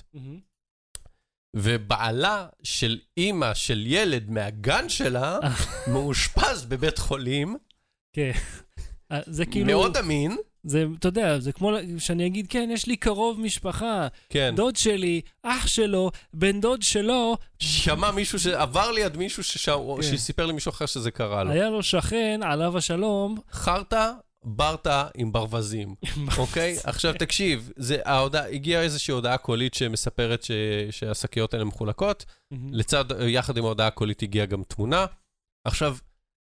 B: ובעלה של אימא של ילד מהגן שלה, מאושפז בבית חולים,
A: כן. זה כאילו...
B: מאוד אמין.
A: זה, אתה יודע, זה כמו שאני אגיד, כן, יש לי קרוב משפחה,
B: כן.
A: דוד שלי, אח שלו, בן דוד שלו.
B: שמע מישהו שעבר ליד מישהו ששם, כן. שסיפר לי מישהו אחר שזה קרה לו.
A: היה לו שכן, עליו השלום.
B: חרטה, ברטה עם ברווזים. אוקיי? עכשיו תקשיב, זה, ההודעה, הגיעה איזושהי הודעה קולית שמספרת ש, שהשקיות האלה מחולקות, לצד, יחד עם ההודעה הקולית הגיעה גם תמונה. עכשיו,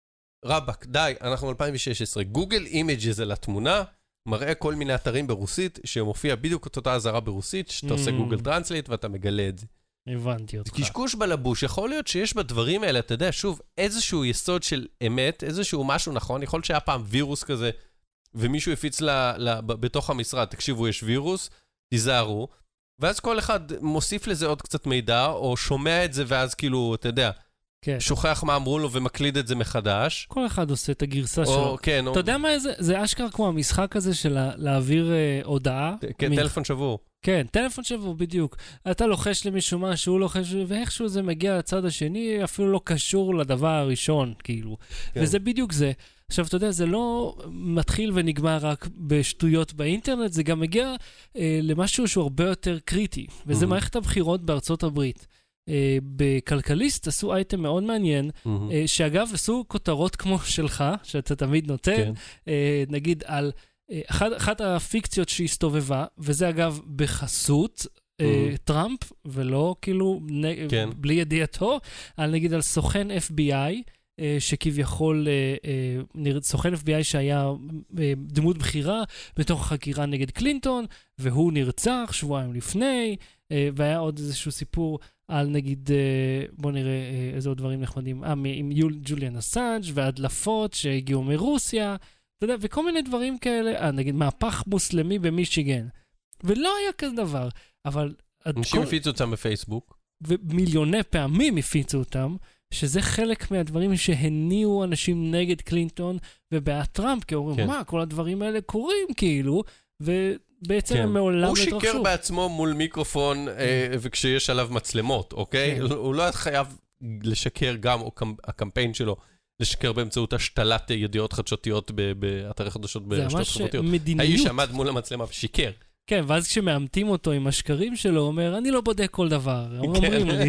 B: רבק, די, אנחנו אלפיים ושש עשרה, גוגל אימג'ז על התמונה, מראה כל מיני אתרים ברוסית, שמופיע בדיוק את אותה הזרה ברוסית, שאתה עושה גוגל טרנסלייט ואתה מגלה את זה.
A: הבנתי אותך.
B: קשקוש בלבוש, יכול להיות שיש בדברים האלה, אתה יודע, שוב, איזשהו יסוד של אמת, איזשהו משהו נכון, יכול להיות שהיה פעם וירוס כזה, ומישהו הפיץ לה, לה, בתוך המשרד, תקשיבו, יש וירוס, תיזהרו, ואז כל אחד מוסיף לזה עוד קצת מידע, או שומע את זה, ואז כאילו, אתה יודע, כן. שוכח מה אמרו לו ומקליד את זה מחדש.
A: כל אחד עושה את הגרסה או, שלו.
B: כן,
A: אתה
B: או...
A: יודע מה זה? זה אשכרה כמו המשחק הזה של להעביר אה, הודעה.
B: כן, מ... טלפון שבור.
A: כן, טלפון שבור, בדיוק. אתה לוחש למישהו מה שהוא לוחש, ואיכשהו זה מגיע לצד השני, אפילו לא קשור לדבר הראשון, כאילו. כן. וזה בדיוק זה. עכשיו, אתה יודע, זה לא מתחיל ונגמר רק בשטויות באינטרנט, זה גם מגיע אה, למשהו שהוא הרבה יותר קריטי, וזה mm-hmm. מערכת הבחירות בארצות הברית. Uh, בכלכליסט עשו אייטם מאוד מעניין, mm-hmm. uh, שאגב עשו כותרות כמו שלך, שאתה תמיד נותן, כן. uh, נגיד על uh, אחת, אחת הפיקציות שהסתובבה, וזה אגב בחסות mm-hmm. uh, טראמפ, ולא כאילו נ... כן. בלי ידיעתו, על נגיד על סוכן אף בי איי, uh, שכביכול uh, uh, סוכן אף בי איי שהיה uh, דמות בחירה בתוך החקירה נגד קלינטון, והוא נרצח שבועיים לפני, uh, והיה עוד איזשהו סיפור על נגיד, בוא נראה איזה עוד דברים נחמדים, אה, עם ג'וליאן אסאנג' והדלפות שהגיעו מרוסיה, אתה יודע, וכל מיני דברים כאלה, אה, נגיד, מהפך מוסלמי במישיגן. ולא היה כזה דבר, אבל...
B: אנשים הפיצו אותם בפייסבוק.
A: ומיליוני פעמים הפיצו אותם, שזה חלק מהדברים שהניעו אנשים נגד קלינטון ובעד טראמפ, כי אומרים, כן. מה, כל הדברים האלה קורים, כאילו, ו... בעצם כן. הם מעולם לא התרחשו.
B: הוא שיקר בעצמו מול מיקרופון, אה, וכשיש עליו מצלמות, אוקיי? כן. הוא לא היה חייב לשקר גם, או הקמפיין שלו, לשקר באמצעות השתלת ידיעות חדשותיות באתרי חדשות ברשתות חברתיות.
A: מדיניות.
B: האיש עמד מול המצלמה ושיקר.
A: כן, ואז כשמאמתים אותו עם השקרים שלו, הוא אומר, אני לא בודק כל דבר. הם אומרים לי,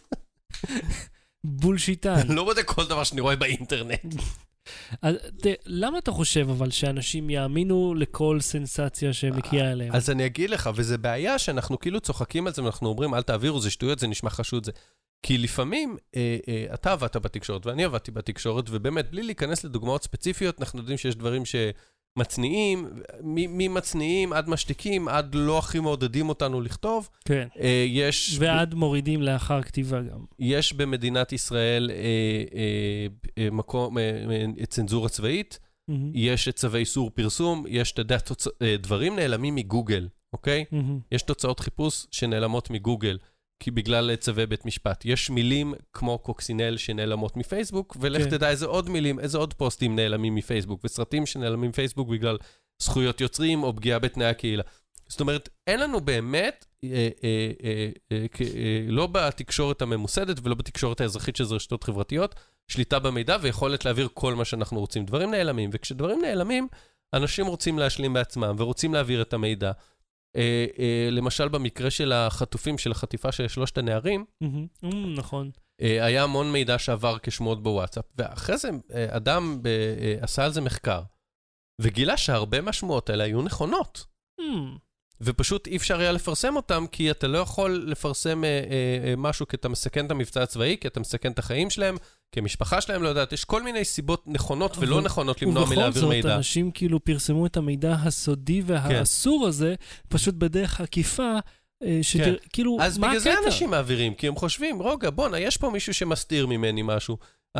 A: בולשיטן.
B: לא בודק כל דבר שאני רואה באינטרנט.
A: אז, ת, למה אתה חושב אבל שאנשים יאמינו לכל סנסציה שמגיעה אליהם?
B: אז אני אגיד לך, וזה בעיה שאנחנו כאילו צוחקים על זה, ואנחנו אומרים, אל תעבירו, זה שטויות, זה נשמע חשוד זה. כי לפעמים, אה, אה, אתה עבדת בתקשורת, ואני עבדתי בתקשורת, ובאמת, בלי להיכנס לדוגמאות ספציפיות, אנחנו יודעים שיש דברים שמצניעים, ממצניעים עד משתיקים, עד לא הכי מעודדים אותנו לכתוב.
A: כן.
B: אה, יש...
A: ועד ב... מורידים לאחר כתיבה גם.
B: יש במדינת ישראל אה, אה, אה, מקום, אה, אה, צנזורה צבאית, mm-hmm. יש צווי איסור פרסום, יש, אתה יודע, תוצ... אה, דברים נעלמים מגוגל, אוקיי? Mm-hmm. יש תוצאות חיפוש שנעלמות מגוגל. כי בגלל צווי בית משפט. יש מילים כמו קוקסינל שנעלמות מפייסבוק, ולך כן. תדע איזה עוד מילים, איזה עוד פוסטים נעלמים מפייסבוק, וסרטים שנעלמים מפייסבוק בגלל זכויות יוצרים או פגיעה בתנאי הקהילה. זאת אומרת, אין לנו באמת, אה, אה, אה, אה, אה, לא בתקשורת הממוסדת ולא בתקשורת האזרחית של רשתות חברתיות, שליטה במידע ויכולת להעביר כל מה שאנחנו רוצים. דברים נעלמים, וכשדברים נעלמים, אנשים רוצים להשלים בעצמם ורוצים להעביר את המידע. אה, אה, למשל, במקרה של החטופים, של החטיפה של שלושת הנערים,
A: Mm-hmm. Mm, נכון.
B: אה, היה המון מידע שעבר כשמות בוואטסאפ, ואחרי זה אה, אדם ב, אה, עשה על זה מחקר, וגילה שהרבה מהשמועות האלה היו נכונות.
A: Mm.
B: ופשוט אי אפשר היה לפרסם אותם, כי אתה לא יכול לפרסם אה, אה, משהו, כי אתה מסכן את המבצע הצבאי, כי אתה מסכן את החיים שלהם, כי המשפחה שלהם לא יודעת. יש כל מיני סיבות נכונות ולא נכונות למנוע מלהעביר מידע.
A: ובכל זאת, אנשים כאילו פרסמו את המידע הסודי והאסור הזה, פשוט בדרך עקיפה, שכאילו,
B: אז
A: מה
B: בגלל זה
A: הקטע?
B: אנשים מעבירים, כי הם חושבים, רגע, בוא, יש פה מישהו שמסתיר ממני משהו.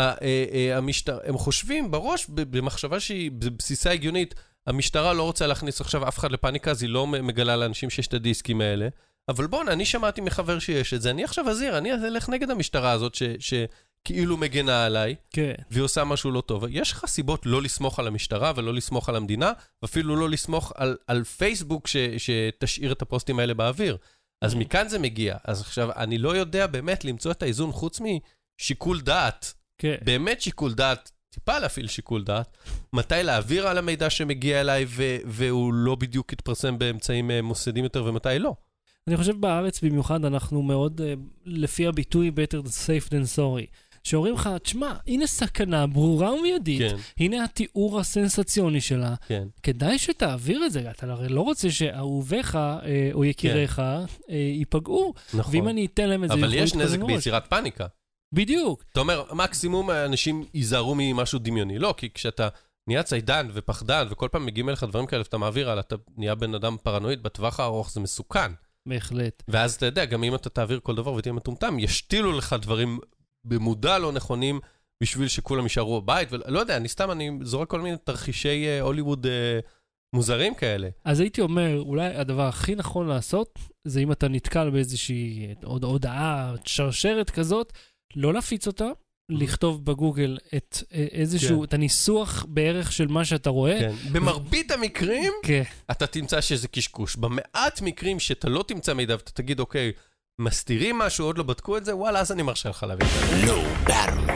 B: המשטר, הם חושבים בראש, במחשבה שהיא בבסיסה הגיונית, המשטרה לא רוצה להכניס עכשיו אף אחד לפאניקה, אז היא לא מגלה לאנשים שיש את הדיסקים האלה. אבל בוא, אני שמעתי מחבר שיש את זה, אני עכשיו אזיר, אני אלך נגד המשטרה הזאת שכאילו מגנה עליי, והיא עושה משהו לא טוב. יש לך סיבות לא לסמוך על המשטרה ולא לסמוך על המדינה, ואפילו לא לסמוך על, על פייסבוק ש, שתשאיר את הפוסטים האלה באוויר. אז מכאן זה מגיע. אז עכשיו, אני לא יודע באמת למצוא את האיזון חוץ משיקול דעת. באמת שיקול דעת, טיפה להפעיל שיקול דעת, מתי להעביר על המידע שמגיע אליי, ו- והוא לא בדיוק יתפרסם באמצעים מוסדים יותר, ומתי לא.
A: אני חושב בארץ במיוחד אנחנו מאוד, לפי הביטוי better safe than sorry, שאומרים לך, תשמע, הנה סכנה ברורה ומיידית, כן. הנה התיאור הסנסציוני שלה, כן. כדאי שתעביר את זה, אתה הרי לא רוצה שאהוביך אה, או יקיריך כן. אה, ייפגעו, נכון. ואם אני אתן להם את זה,
B: אבל יש נזק ביצירת פאניקה.
A: בדיוק.
B: אתה אומר, מקסימום אנשים ייזהרו ממשהו דמיוני. לא, כי כשאתה נהיה ציידן ופחדן, וכל פעם מגיעים אליך דברים כאלה, ואתה מעביר על, אתה נהיה בן אדם פרנואיד, בטווח הארוך זה מסוכן.
A: בהחלט.
B: ואז אתה יודע, גם אם אתה תעביר כל דבר ותהיה מטומטם, ישתילו לך דברים במודע לא נכונים, בשביל שכולם יישארו בבית, ולא יודע, אני סתם, אני זורק כל מיני תרחישי הוליווד אה, מוזרים כאלה.
A: אז הייתי אומר, אולי הדבר הכי נכון לעשות, זה אם אתה נתקל באיזושהי הודעה, שרשרת כזאת, לא להפיץ אותה, לכתוב בגוגל את איזשהו, את הניסוח בערך של מה שאתה רואה.
B: כן. במרבית המקרים, אתה תמצא שזה קשקוש. במעט מקרים שאתה לא תמצא מידע, ואתה תגיד, אוקיי, מסתירים משהו, עוד לא בדקו את זה, וואלה, אז אני מרשה לך להביא את זה.
C: לא ברור.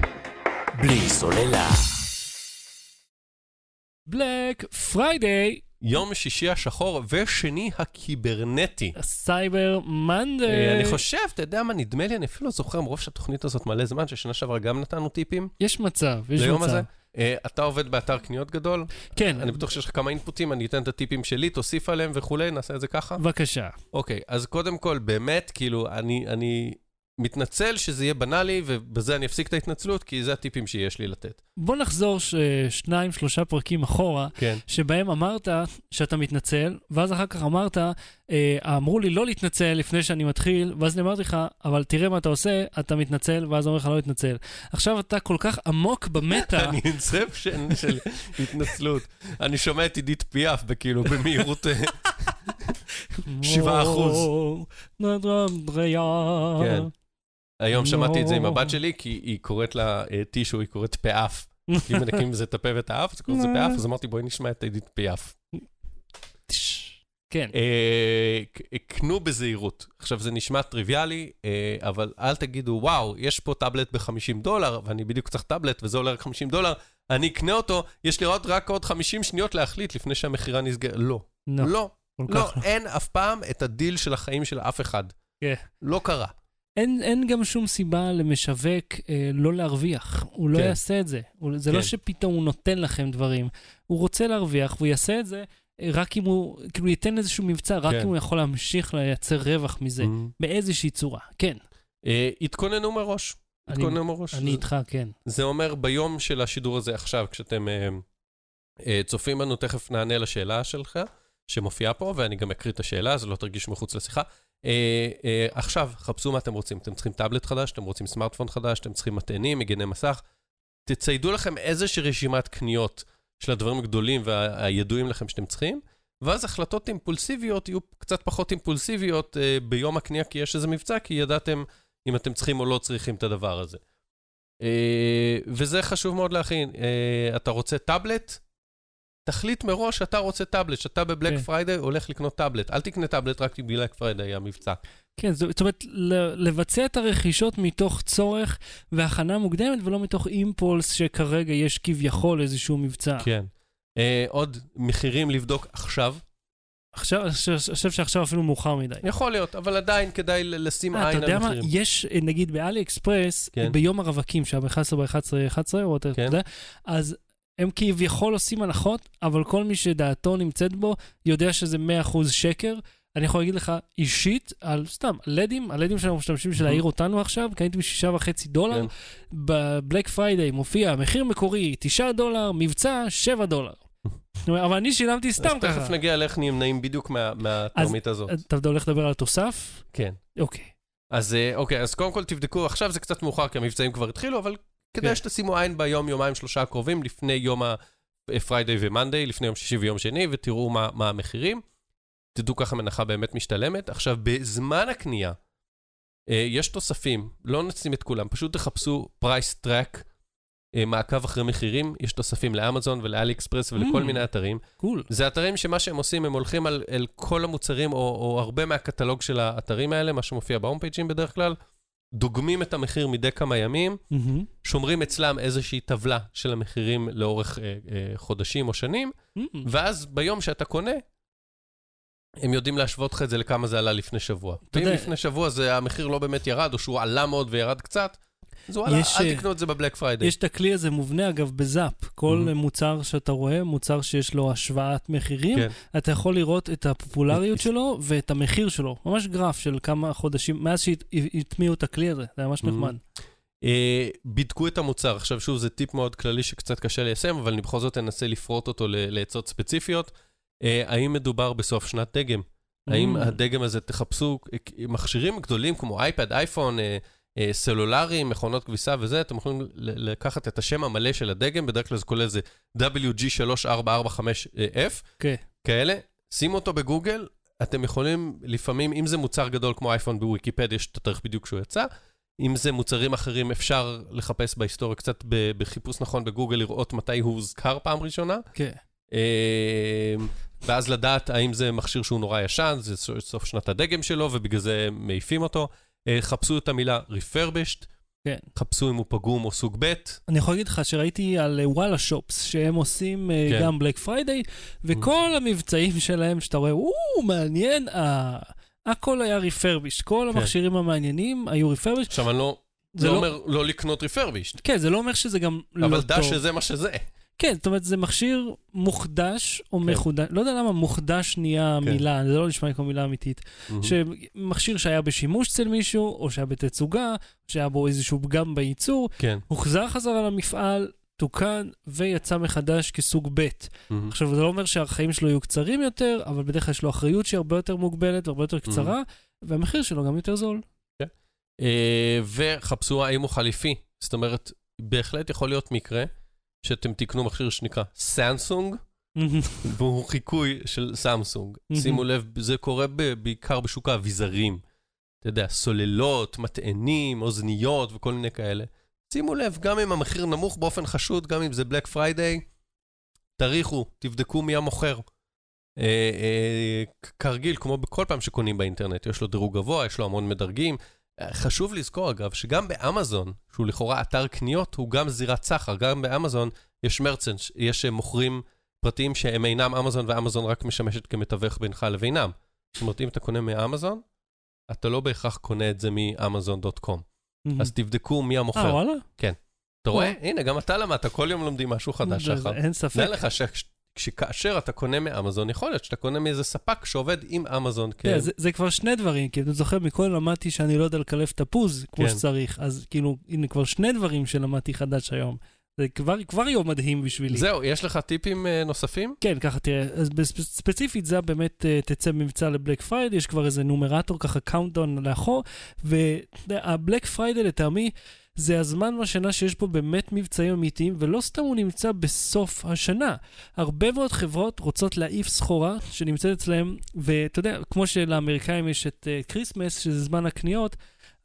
C: בלי סוללה.
A: בלק פריידיי.
B: יום שישי השחור ושני הקיברנטי.
A: סייבר מנדי.
B: אני חושב, אתה יודע מה, נדמה לי, אני אפילו זוכר מרוב שהתוכנית הזאת מלא זמן, ששנה שעברה גם נתנו טיפים.
A: יש מצב, יש מצב.
B: הזה. אתה עובד באתר קניות גדול?
A: כן.
B: אני בטוח שיש לך כמה אינפוטים, אני אתן את הטיפים שלי, תוסיף עליהם וכולי, נעשה את זה ככה?
A: בבקשה.
B: אוקיי, אז קודם כל, באמת, כאילו, אני, אני מתנצל שזה יהיה בנאלי, ובזה אני אפסיק את ההתנצלות, כי זה הטיפים שיש לי לתת.
A: בוא נחזור ש... שניים, שלושה פרקים אחורה,
B: כן.
A: שבהם אמרת שאתה מתנצל, ואז אחר כך אמרת, אה, אמרו לי לא להתנצל לפני שאני מתחיל, ואז אמרתי לך, אבל תראה מה אתה עושה, אתה מתנצל, ואז אומר לך לא להתנצל. עכשיו אתה כל כך עמוק במטה.
B: אני אינספשן של התנצלות. אני שומע את עידית פיאף, בכאילו, במהירות שבעה אחוז. כן. היום שמעתי את זה עם הבת שלי, כי היא קוראת לה טישו, היא קוראת פאף. אם מנקים בזה את הפה ואת האף, אז קוראת זה פאף, אז אמרתי, בואי נשמע את עידית פיאף.
A: כן.
B: קנו בזהירות. עכשיו, זה נשמע טריוויאלי, אבל אל תגידו, וואו, יש פה טאבלט ב-חמישים דולר, ואני בדיוק צריך טאבלט, וזה עולה רק חמישים דולר, אני אקנה אותו, יש לי רק עוד חמישים שניות להחליט לפני שהמחירה נסגר. לא. לא. לא, אין אף פעם את הדיל של החיים של אף אחד. לא קרה.
A: אין, אין גם שום סיבה למשווק אה, לא להרוויח. הוא לא כן. יעשה את זה. הוא, זה כן. לא שפתאום הוא נותן לכם דברים. הוא רוצה להרוויח, והוא יעשה את זה אה, רק אם הוא, כאילו ייתן איזשהו מבצע, רק כן. אם הוא יכול להמשיך לייצר רווח מזה, mm-hmm. באיזושהי צורה. כן.
B: אה, התכוננו מראש.
A: אני,
B: התכוננו מראש.
A: אני
B: זה,
A: איתך, כן.
B: זה אומר ביום של השידור הזה עכשיו, כשאתם אה, אה, צופים בנו, תכף נענה לשאלה שלך, שמופיעה פה, ואני גם אקריא את השאלה, אז לא תרגישו מחוץ לשיחה. אה, אה, עכשיו, חפשו מה אתם רוצים. אתם צריכים טאבלט חדש, אתם רוצים סמארטפון חדש, אתם צריכים מטענים, מגני מסך. תציידו לכם איזושהי רשימת קניות של הדברים הגדולים והידועים לכם שאתם צריכים, ואז החלטות אימפולסיביות יהיו קצת פחות אימפולסיביות אה, ביום הקנייה, כי יש איזה מבצע, כי ידעתם אם אתם צריכים או לא צריכים את הדבר הזה. אה, וזה חשוב מאוד להכין. אה, אתה רוצה טאבלט? תחליט מראש שאתה רוצה טאבלט, שאתה בבלק
A: כן.
B: פריידי הולך לקנות טאבלט. אל תקנה טאבלט רק בבלק פריידי, המבצע.
A: כן, זאת אומרת, לבצע את הרכישות מתוך צורך והכנה מוקדמת, ולא מתוך אימפולס שכרגע יש כביכול איזשהו מבצע.
B: כן. אה, עוד מחירים לבדוק עכשיו.
A: עכשיו, אני חושב שעכשיו אפילו מאוחר מדי.
B: יכול להיות, אבל עדיין כדאי לשים עין על מחירים.
A: אתה יודע מה, יש, נגיד, באלי אקספרס, ביום הרווקים, שהיה ב-אחד עשר ב-אחד עשרה אחת עשרה, או אתה יודע, אז הם כביכול עושים הנחות, אבל כל מי שדעתו נמצאת בו, יודע שזה מאה אחוז שקר. אני יכול להגיד לך אישית, על סתם, הלדים, הלדים שאנחנו משתמשים של להעיר אותנו עכשיו, קניתי בשישה וחצי דולר, בבלק פריידי מופיע, מחיר מקורי, תשעה דולר, מבצע, שבע דולר. אבל אני שילמתי סתם ככה.
B: אז תכף נגיע לאיך נמנעים בדיוק מהתרמית הזאת.
A: אתה הולך לדבר על התוסף?
B: כן.
A: אוקיי.
B: אז אוקיי, אז קודם כל תבדקו, עכשיו זה קצת מאוחר, כי המבצעים כבר התחילו, אבל כדאי שתשימו עין ביום, יומיים, שלושה הקרובים, לפני יום ה-Friday ו-Monday, לפני יום שישי ויום שני, ותראו מה המחירים. תדעו ככה מנחה באמת משתלמת. עכשיו, בזמן הקנייה, יש תוספים, לא נשים את כולם, פשוט תחפשו פרייס טרק, מעקב אחרי מחירים, יש תוספים לאמזון ולאלי אקספרס ולכל מיני אתרים.
A: קול.
B: זה אתרים שמה שהם עושים, הם הולכים על, על כל המוצרים, או, או הרבה מהקטלוג של האתרים האלה, מה שמופיע בהום פייג'ים בדרך כלל, דוגמים את המחיר מדי כמה ימים, mm-hmm. שומרים אצלם איזושהי טבלה של המחירים לאורך אה, אה, חודשים או שנים, mm-hmm. ואז ביום שאתה קונה, הם יודעים להשוות לך את זה לכמה זה עלה לפני שבוע. ואם לפני שבוע זה, המחיר לא באמת ירד, או שהוא עלה מאוד וירד קצת, אז וואלה, אל תקנו את זה בבלק פריידי.
A: יש את הכלי הזה מובנה, אגב, בזאפ. כל מוצר שאתה רואה, מוצר שיש לו השוואת מחירים, אתה יכול לראות את הפופולריות שלו ואת המחיר שלו. ממש גרף של כמה חודשים, מאז שהטמיעו את הכלי הזה. זה ממש נחמד.
B: בדקו את המוצר. עכשיו, שוב, זה טיפ מאוד כללי שקצת קשה ליישם, אבל אני בכל זאת אנסה לפרוט אותו לעצות ספציפיות. האם מדובר בסוף שנת דגם? האם הדגם הזה תחפשו מכשירים גדולים כמו אייפד, אייפון, סלולרי, מכונות כביסה וזה, אתם יכולים לקחת את השם המלא של הדגם, בדרך כלל זה כולל זה דאבליו ג'י שלוש ארבע ארבע חמש אף, כאלה, שימו אותו בגוגל, אתם יכולים לפעמים, אם זה מוצר גדול כמו אייפון בוויקיפד, יש את התאריך בדיוק שהוא יצא, אם זה מוצרים אחרים, אפשר לחפש בהיסטוריה קצת בחיפוש נכון בגוגל, לראות מתי הוא הוזכר פעם ראשונה, ואז לדעת האם זה מכשיר שהוא נורא ישן, זה סוף שנת הדגם שלו, ובגלל זה מעיפים אותו, חפשו את המילה refurbished, כן. חפשו אם הוא פגום או סוג ב'.
A: אני יכול להגיד לך שראיתי על וואלה שופס, שהם עושים כן. גם בלק פריידי, וכל mm. המבצעים שלהם שאתה רואה, וואו, מעניין, אה, הכל היה refurbished, כל כן. המכשירים המעניינים היו refurbished.
B: עכשיו אני לא, זה לא אומר לא לקנות refurbished.
A: כן, זה לא אומר שזה גם לא טוב.
B: אבל דע שזה מה שזה.
A: כן, זאת אומרת, זה מכשיר מוחדש או כן. מחודש, לא יודע למה מוחדש נהיה כן. מילה, זה לא נשמע כמו מילה אמיתית, mm-hmm. שמכשיר שהיה בשימוש אצל מישהו, או שהיה בתצוגה, שהיה בו איזשהו פגם בייצור, כן. הוחזר חזרה למפעל, תוקן, ויצא מחדש כסוג ב'. Mm-hmm. עכשיו, זה לא אומר שהחיים שלו יהיו קצרים יותר, אבל בדרך כלל יש לו אחריות שהיא הרבה יותר מוגבלת, והרבה יותר קצרה, mm-hmm. והמחיר שלו גם יותר זול.
B: כן. אה, וחפשו האם הוא חליפי. זאת אומרת, בהחלט יכול להיות מקרה, שאתם תקנו מכשיר שנקרא סמסונג, והוא חיקוי של סמסונג. שימו לב, זה קורה בעיקר בשוק האביזרים. אתה יודע, סוללות, מטענים, אוזניות וכל מיני כאלה. שימו לב, גם אם המחיר נמוך באופן חשוד, גם אם זה בלק פריידיי, תריחו, תבדקו מי המוכר. כרגיל, כמו בכל פעם שקונים באינטרנט, יש לו דירוג גבוה, יש לו המון מדרגים, חשוב לזכור אגב, שגם באמזון, שהוא לכאורה אתר קניות, הוא גם זירת סחר. גם באמזון יש מרצ'נט, יש מוכרים פרטיים שהם אינם אמזון, ואמזון רק משמשת כמתווך בינך לבינם. זאת אומרת, אם אתה קונה מאמזון, אתה לא בהכרח קונה את זה מאמזון דוט קום. אז תבדקו מי המוכר.
A: אה, וואלה?
B: כן. אתה רואה? הנה, גם אתה למדת, כל יום לומדים משהו חדש שלך.
A: אין ספק.
B: נראה לך שכאשר אתה קונה מאמזון, יכול להיות שאתה קונה מאיזה ספק שעובד עם אמזון.
A: זה כבר שני דברים, כי אתה זוכר, מכל למדתי שאני לא יודע לקלף תפוז כמו שצריך, אז כאילו, הנה כבר שני דברים שלמדתי חדש היום. זה כבר יום מדהים בשבילי.
B: זהו, יש לך טיפים נוספים?
A: כן, ככה תראה, אז ספציפית זה באמת תצא מבצע לבלק פריידי, יש כבר איזה נומרטור ככה קאונטדאון לאחור, והבלק פריידי לטעמי, זה הזמן בשנה שיש פה באמת מבצעים אמיתיים, ולא סתם הוא נמצא בסוף השנה. הרבה מאוד חברות רוצות להעיף סחורה שנמצאת אצלהם, ואתה יודע, כמו שלאמריקאים יש את קריסמס, שזה זמן הקניות,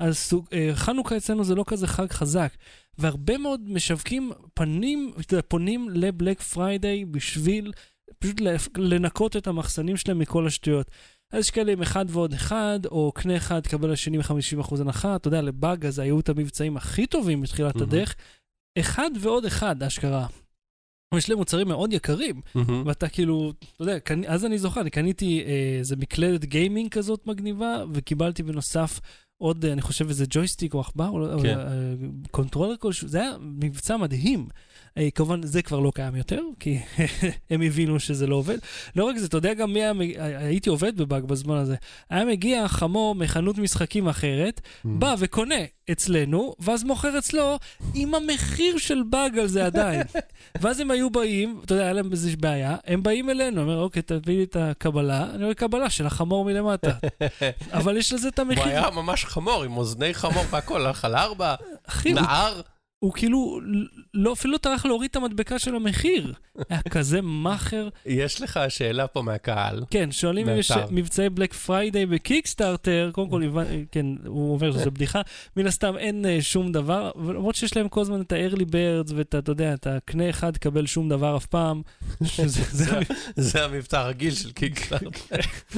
A: אז חנוכה אצלנו זה לא כזה חג חזק, והרבה מאוד משווקים פנים, פונים לבלק פריידיי בשביל פשוט לנקות את המחסנים שלהם מכל השטויות. אז יש כאלה עם אחד ועוד אחד, או קנה אחד קבל השני ב-חמישים אחוז הנחה, אתה יודע, לבאג אז היו את המבצעים הכי טובים בתחילת mm-hmm. הדרך, אחד ועוד אחד, אשכרה. יש להם מוצרים מאוד יקרים, mm-hmm. ואתה כאילו, אתה יודע, קני, אז אני זוכר, אני קניתי איזה מקלדת גיימינג כזאת מגניבה, וקיבלתי בנוסף עוד, אני חושב, איזה ג'ויסטיק או עכבר, או כן. קונטרולר כלשהו, זה היה מבצע מדהים. כמובן, זה כבר לא קיים יותר, כי הם הבינו שזה לא עובד. לא רק זה, אתה יודע גם מי הייתי עובד בבאג בזמן הזה. היה מגיע חמור מחנות משחקים אחרת, בא וקונה אצלנו, ואז מוכר אצלו עם המחיר של באג על זה עדיין. ואז הם היו באים, אתה יודע, היה להם איזו בעיה, הם באים אלינו, אומר, אוקיי, תביא לי את הקבלה, אני רואה קבלה של החמור מלמטה. אבל יש לזה את המחיר.
B: הוא היה ממש חמור, עם אוזני חמור והכל, הלך על ארבע, נער.
A: הוא כאילו, לא, אפילו טרח להוריד את המדבקה של המחיר. היה כזה מחר.
B: יש לך שאלה פה מהקהל.
A: כן, שואלים אם יש מבצעי בלק פריידיי בקיקסטארטר, קודם כל, כן, הוא אומר שזה בדיחה, מן הסתם אין שום דבר, למרות שיש להם כל הזמן את ה-early birds, ואתה, אתה יודע, אתה קנה אחד קבל שום דבר אף פעם.
B: זה המבצע הרגיל של קיקסטארטר.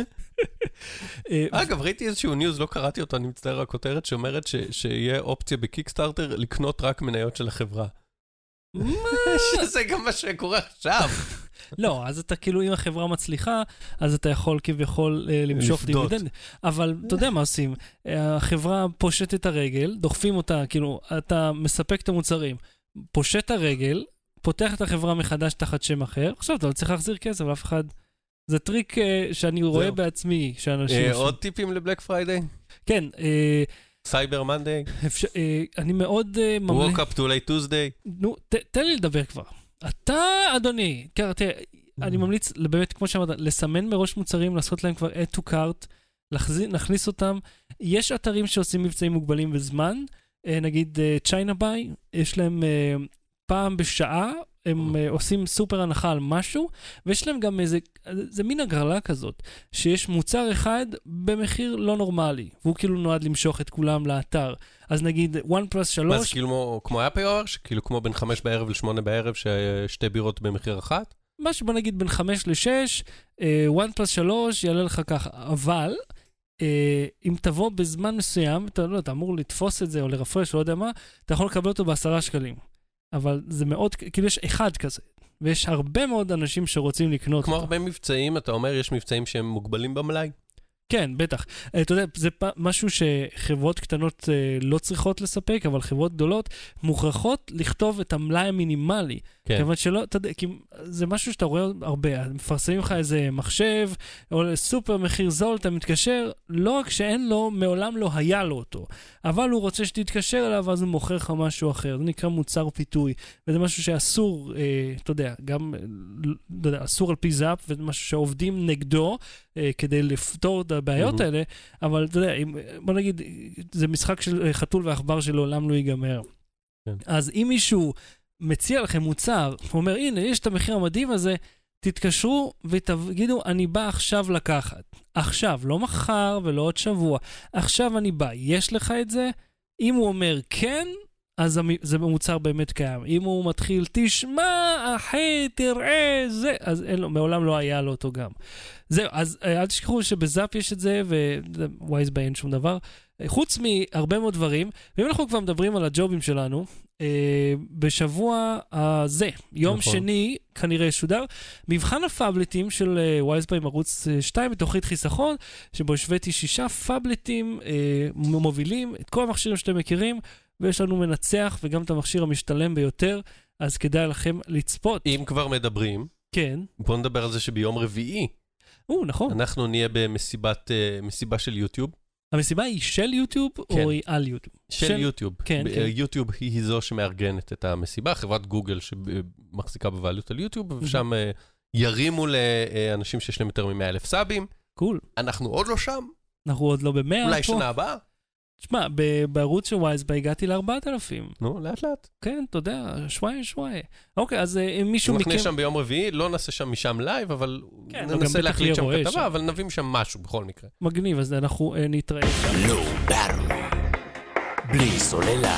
B: אגב, ראיתי איזשהו ניוז, לא קראתי אותו, אני מצטער הכותרת, שאומרת שיהיה אופציה בקיקסטארטר לקנות רק מניות של החברה. שזה גם מה שקורה עכשיו.
A: לא, אז אתה כאילו, אם החברה מצליחה, אז אתה יכול כביכול למשוך דיבידנד. אבל אתה יודע מה עושים? החברה פושט את הרגל, דוחפים אותה, כאילו, אתה מספק את המוצרים, פושט הרגל, פותח את החברה מחדש תחת שם אחר, עכשיו אתה לא צריך להחזיר כסף, אף אחד... זה טריק שאני רואה בעצמי, שאנשים...
B: עוד טיפים לבלק פריידיי?
A: כן.
B: סייבר מנדיי?
A: אני מאוד...
B: Woke up to late Tuesday?
A: נו, תן לי לדבר כבר. אתה, אדוני, תראה, אני ממליץ, באמת, כמו שאמרת, לסמן מראש מוצרים, לעשות להם כבר add to cart, להכניס אותם. יש אתרים שעושים מבצעים מוגבלים בזמן, נגיד China Buy, יש להם פעם בשעה, הם עושים סופר הנחה על משהו, ויש להם גם איזה, זה מין הגרלה כזאת, שיש מוצר אחד במחיר לא נורמלי, והוא כאילו נועד למשוך את כולם לאתר. אז נגיד, one plus שלוש...
B: מה זה כאילו כמו happy hour? כאילו כמו בין חמש בערב לשמונה בערב, ששתי בירות במחיר אחת?
A: משהו בוא נגיד בין חמש לשש, one plus שלוש יעלה לך ככה, אבל... אם תבוא בזמן מסוים, אתה לא, אתה אמור לתפוס את זה או לרפרש, לא יודע מה, אתה יכול לקבל אותו בעשרה שקלים. אבל זה מאוד, כאילו יש אחד כזה, ויש הרבה מאוד אנשים שרוצים לקנות
B: כמו
A: אותו.
B: הרבה מבצעים, אתה אומר, יש מבצעים שהם מוגבלים במלאי?
A: כן, בטח. אתה יודע, זה משהו שחברות קטנות לא צריכות לספק, אבל חברות גדולות מוכרחות לכתוב את המלאי המינימלי. כן. כיוון שלא, אתה יודע, כי זה משהו שאתה רואה הרבה, מפרסמים לך איזה מחשב, או סופר מחיר זול, אתה מתקשר, לא רק שאין לו, מעולם לא היה לו אותו, אבל הוא רוצה שתתקשר אליו, אז הוא מוכר לך משהו אחר. זה נקרא מוצר פיתוי, וזה משהו שאסור, אה, אתה יודע, גם, לא יודע, אסור על פי זאפ, וזה משהו שעובדים נגדו, אה, כדי לפתור את הבעיות mm-hmm. האלה, אבל אתה יודע, אם, בוא נגיד, זה משחק של חתול ואחבר שלעולם לא ייגמר. כן. אז אם מישהו מציע לכם מוצר, הוא אומר, הנה, יש את המחיר המדהים הזה, תתקשרו ותגידו, אני בא עכשיו לקחת. עכשיו, לא מחר ולא עוד שבוע. עכשיו אני בא, יש לך את זה? אם הוא אומר כן, אז זה מוצר באמת קיים. אם הוא מתחיל, תשמע, אחי, תראה, זה, אז אין לו, מעולם לא היה לו אותו גם. זהו, אז אל תשכחו שבזאפ יש את זה, ווייז בי אין שום דבר. חוץ מהרבה מאוד דברים, ואם אנחנו כבר מדברים על הג'ובים שלנו, אה, בשבוע הזה, יום נכון. שני, כנראה שודר, מבחן הפאבלטים של ווייז בי ערוץ שתיים, בתוכנית חיסכון, שבו השוויתי שישה פאבלטים אה, מובילים, את כל המכשירים שאתם מכירים, ויש לנו מנצח וגם את המכשיר המשתלם ביותר, אז כדאי לכם לצפות.
B: אם כבר מדברים,
A: כן.
B: בואו נדבר על זה שביום רביעי,
A: או, נכון.
B: אנחנו נהיה במסיבת, מסיבה של יוטיוב.
A: המסיבה היא של יוטיוב כן. או היא על יוטיוב?
B: של, של... יוטיוב.
A: כן, כן.
B: יוטיוב היא זו שמארגנת את המסיבה, חברת גוגל שמחזיקה בבעלות על יוטיוב, ושם ירימו לאנשים שיש להם יותר מ-מאה אלף סאבים.
A: קול.
B: אנחנו עוד לא שם.
A: אנחנו עוד לא ב-מאה.
B: אולי שנה הבאה.
A: תשמע, בערוץ של ווייז בי הגעתי ל-ארבעת אלפים.
B: נו, לאט לאט.
A: כן, אתה יודע, שוואי שוואי. אוקיי, אז אם מישהו מכם...
B: אנחנו נכנס שם ביום רביעי, לא נעשה שם משם לייב, אבל ננסה להחליט שם כתבה, אבל נביא משם משהו בכל מקרה.
A: מגניב, אז אנחנו נתראה שם.
C: בלי סוללה.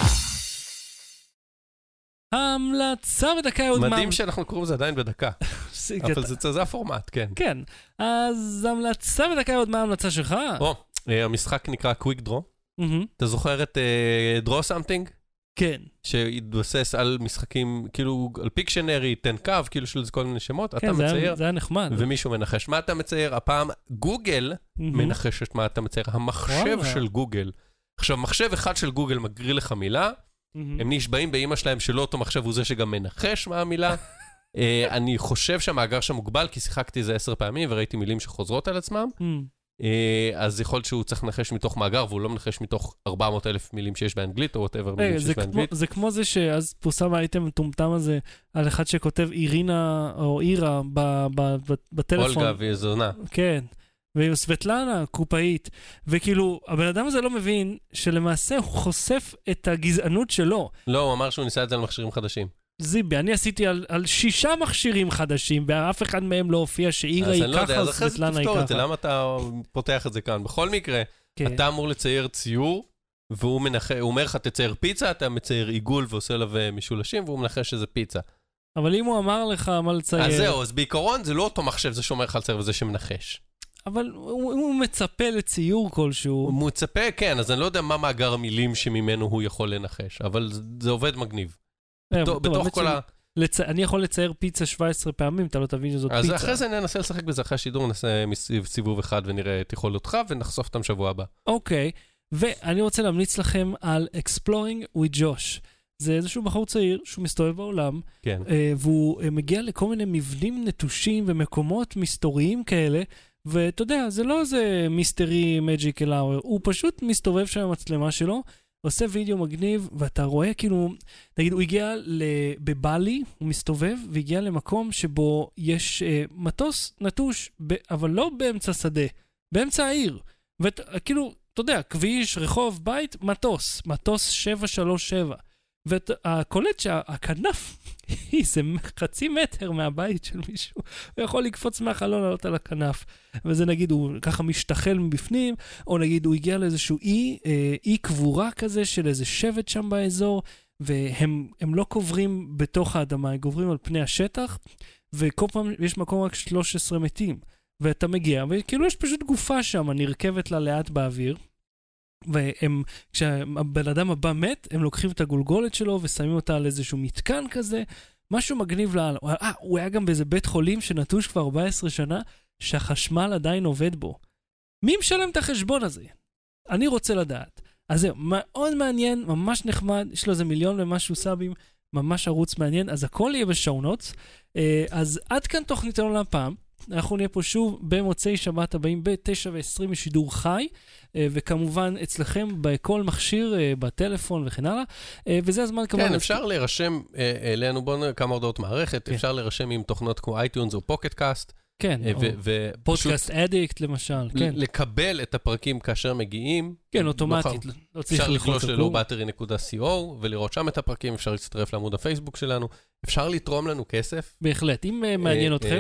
A: המלצה בדקה עוד מה...
B: מדהים שאנחנו קוראים זה עדיין בדקה. אבל זה, זה הפורמט, כן.
A: כן. אז המלצה בדקה עוד מה ההמלצה שלך?
B: או, המשחק נקרא Quick Draw. אתה זוכר את Draw Something?
A: כן.
B: שהתבסס על משחקים, כאילו, על פיקשנרי, תן קו, כאילו של כל מיני שמות.
A: כן, זה היה, זה היה נחמד.
B: ומישהו מנחש מה אתה מצייר. הפעם גוגל מנחש את מה אתה מצייר. המחשב של גוגל. עכשיו, מחשב אחד של גוגל מגריא לך מילה, הם נשבעים באמא שלהם שלא אותו מחשב הוא זה שגם מנחש מה המילה. אני חושב שהמאגר שם מוגבל, כי שיחקתי זה עשר פעמים וראיתי מילים שחוזרות על עצמם. אז יכול להיות שהוא צריך לנחש מתוך מאגר, והוא לא מנחש מתוך ארבע מאות אלף מילים שיש באנגלית, או whatever מילים שיש באנגלית.
A: זה כמו זה שאז פורסם האייטם מטומטם הזה, על אחד שכותב אירינה או אירה בטלפון.
B: אולגה ויזונה.
A: כן. וסבטלנה, קופאית, וכאילו, הבן אדם הזה לא מבין שלמעשה הוא חושף את הגזענות שלו.
B: לא, הוא אמר שהוא ניסה את זה על מכשירים חדשים.
A: זיבי, אני עשיתי על, על שישה מכשירים חדשים, ואף אחד מהם לא הופיע שאירה היא ככה,
B: אז
A: סבטלנה היא ככה.
B: למה אתה פותח את זה כאן? בכל מקרה, כן. אתה אמור לצייר ציור, והוא מנח... אומר לך, תצייר פיצה, אתה מצייר עיגול ועושה עליו משולשים, והוא מנחש שזה פיצה.
A: אבל אם הוא אמר לך מה לצייר...
B: אז זהו, אז בעיקרון זה לא אותו מחשב, זה שאומר לך לצייר וזה שמנחש.
A: אבל הוא, הוא מצפה לציור כלשהו.
B: הוא מצפה, כן, אז אני לא יודע מה מאגר המילים שממנו הוא יכול לנחש, אבל זה, זה עובד מגניב. בתוך, בתוך כל ה...
A: לצ... אני יכול לצייר פיצה שבע עשרה פעמים, אתה לא תבין שזאת
B: אז
A: פיצה.
B: אז אחרי זה ננסה לשחק בזה, אחרי השידור ננסה סיבוב אחד ונראה את יכולותך, ונחשוף אותם שבוע הבא.
A: אוקיי, ואני רוצה להמליץ לכם על Exploring with Josh. זה איזשהו בחור צעיר שהוא מסתובב בעולם,
B: כן.
A: והוא מגיע לכל מיני מבנים נטושים ומקומות מסתוריים כאלה, ואתה יודע, זה לא איזה מיסטרי מג'יק אלאוור, הוא פשוט מסתובב שם המצלמה שלו, עושה וידאו מגניב, ואתה רואה כאילו, נגיד, הוא הגיע בבלי, הוא מסתובב, והגיע למקום שבו יש אה, מטוס נטוש, ב- אבל לא באמצע שדה, באמצע העיר. וכאילו, אתה יודע, כביש, רחוב, בית, מטוס, מטוס שבע שלוש שבע. והקולט שהכנף היא זה חצי מטר מהבית של מישהו, הוא יכול לקפוץ מהחלון לעלות על הכנף, וזה נגיד הוא ככה משתחל מבפנים, או נגיד הוא הגיע לאיזשהו אי, אי קבורה כזה של איזה שבט שם באזור, והם הם לא קוברים בתוך האדמה, הם קוברים על פני השטח, וכל פעם יש מקום רק שלושה עשר מתים, ואתה מגיע, וכאילו יש פשוט גופה שם, נרכבת לה לאט באוויר, והם, כשהבן אדם הבא מת, הם לוקחים את הגולגולת שלו ושמים אותה על איזשהו מתקן כזה, משהו מגניב לעל. אה, הוא היה גם באיזה בית חולים שנטוש כבר ארבע עשרה שנה, שהחשמל עדיין עובד בו. מי משלם את החשבון הזה? אני רוצה לדעת. אז זהו, מאוד מעניין, ממש נחמד, יש לו איזה מיליון ומשהו סאבים, ממש ערוץ מעניין, אז הכל יהיה בשעונות. אז עד כאן תוכניתנו להפעם. אנחנו נהיה פה שוב במוצאי שבת הבאים ב-תשע ועשרים בשידור חי, וכמובן אצלכם בכל מכשיר, בטלפון וכן הלאה, וזה הזמן כמובן...
B: כן, אפשר להירשם אלינו, בואו נראה כמה הודעות מערכת, אפשר להירשם עם תוכנות כמו אייטיונס או פוקט קאסט,
A: כן, פודקאסט אדיקט למשל, כן.
B: לקבל את הפרקים כאשר מגיעים.
A: כן, אוטומטית.
B: אפשר לגלוש ללואו באטרי נקודה סי או ולראות שם את הפרקים, אפשר להצטרף לעמוד הפייסבוק שלנו, אפשר לתרום לנו כסף.
A: בהחלט, אם מעניין אתכם.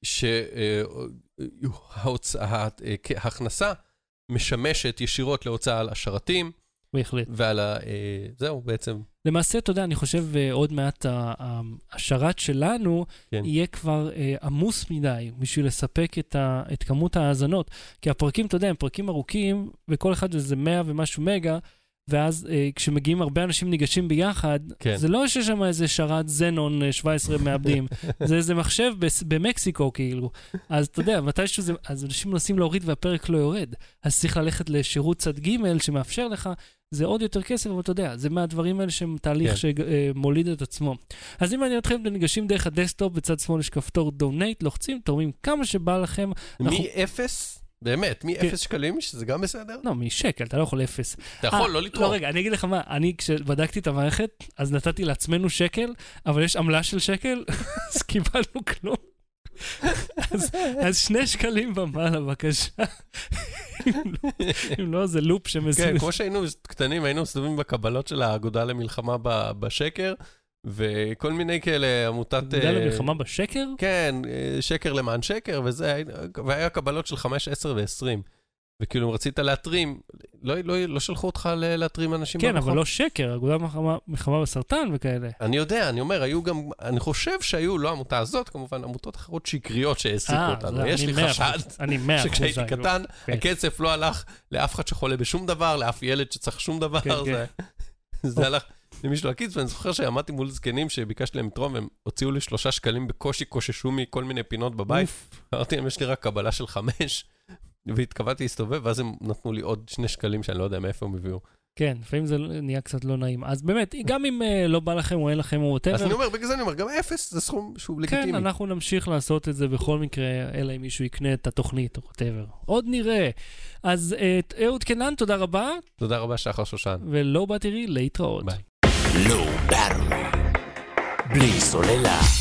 B: שההכנסה משמשת ישירות להוצאה על השרתים.
A: בהחלט.
B: ועל ה... זהו, בעצם.
A: למעשה, אתה יודע, אני חושב עוד מעט השרת שלנו יהיה כבר עמוס מדי בשביל לספק את כמות ההאזנות. כי הפרקים, אתה יודע, הם פרקים ארוכים, וכל אחד זה מאה ומשהו מגה, ואז כשמגיעים הרבה אנשים ניגשים ביחד, זה לא שיש שם איזה שרת זנון שבע עשרה מעבדים, זה איזה מחשב במקסיקו כאילו. אז אתה יודע, מתישהו זה, אז אנשים מנסים להוריד והפרק לא יורד. אז צריך ללכת לשירות צד ג' שמאפשר לך, זה עוד יותר כסף, אבל אתה יודע, זה מהדברים האלה שהם תהליך שמוליד את עצמו. אז אם אני אתכם, אתם ניגשים דרך הדסקטופ, בצד שמאל יש כפתור דונט, לוחצים, תורמים כמה שבא לכם.
B: מ-אפס? באמת, מ-אפס שקלים, שזה גם בסדר?
A: לא, משקל, אתה לא יכול אפס.
B: אתה יכול לא לתרום.
A: לא, רגע, אני אגיד לך מה, אני כשבדקתי את המערכת, אז נתתי לעצמנו שקל, אבל יש עמלה של שקל, אז קיבלנו כלום. אז שני שקלים במעלה, בבקשה. אם לא, זה לופ שמזין.
B: כן, כמו שהיינו קטנים, היינו מסתובבים בקבלות של האגודה למלחמה בשקר, וכל מיני כאלה עמותת...
A: אגודה למלחמה בשקר?
B: כן, שקר למען שקר, וזה, והיה קבלות של חמש, עשר ועשרים. וכאילו אם רצית להתרים, לא, לא, לא שלחו אותך להתרים אנשים
A: כן,
B: ברחוב.
A: אבל לא שקר, אגודה מלחמה בסרטן וכאלה.
B: אני יודע, אני אומר, היו גם, אני חושב שהיו, לא עמותה הזאת, כמובן, עמותות אחרות שקריות שהעסיקו אותנו. יש לי חשד שכשהייתי קטן, הקצף לא הלך לאף אחד שחולה בשום דבר, לאף ילד שצריך שום דבר. זה הלך למישהו לקיץ, ואני זוכר שעמדתי מול זקנים שביקשתי להם לתרום, והם הוציאו לי שלושה שקלים בקושי, קוששו מכל מיני פינות בבית. אמרתי להם, יש לי רק קבלה של חמש, והתכוונתי להסתובב, ואז הם נתנו לי עוד שני שקלים שאני לא יודע מאיפה הם הביאו.
A: כן, לפעמים זה נהיה קצת לא נעים. אז באמת, גם אם לא בא לכם או אין לכם או whatever.
B: אז אני אומר, בגלל זה אני אומר, גם אפס זה סכום שהוא לגיטימי.
A: כן, אנחנו נמשיך לעשות את זה בכל מקרה, אלא אם מישהו יקנה את התוכנית או whatever. עוד נראה. אז אהוד קנן, תודה רבה.
B: תודה רבה, שחר שושן.
A: ולא בתראי, להתראות.
B: ביי.
C: לא בתראי. בלי סוללה.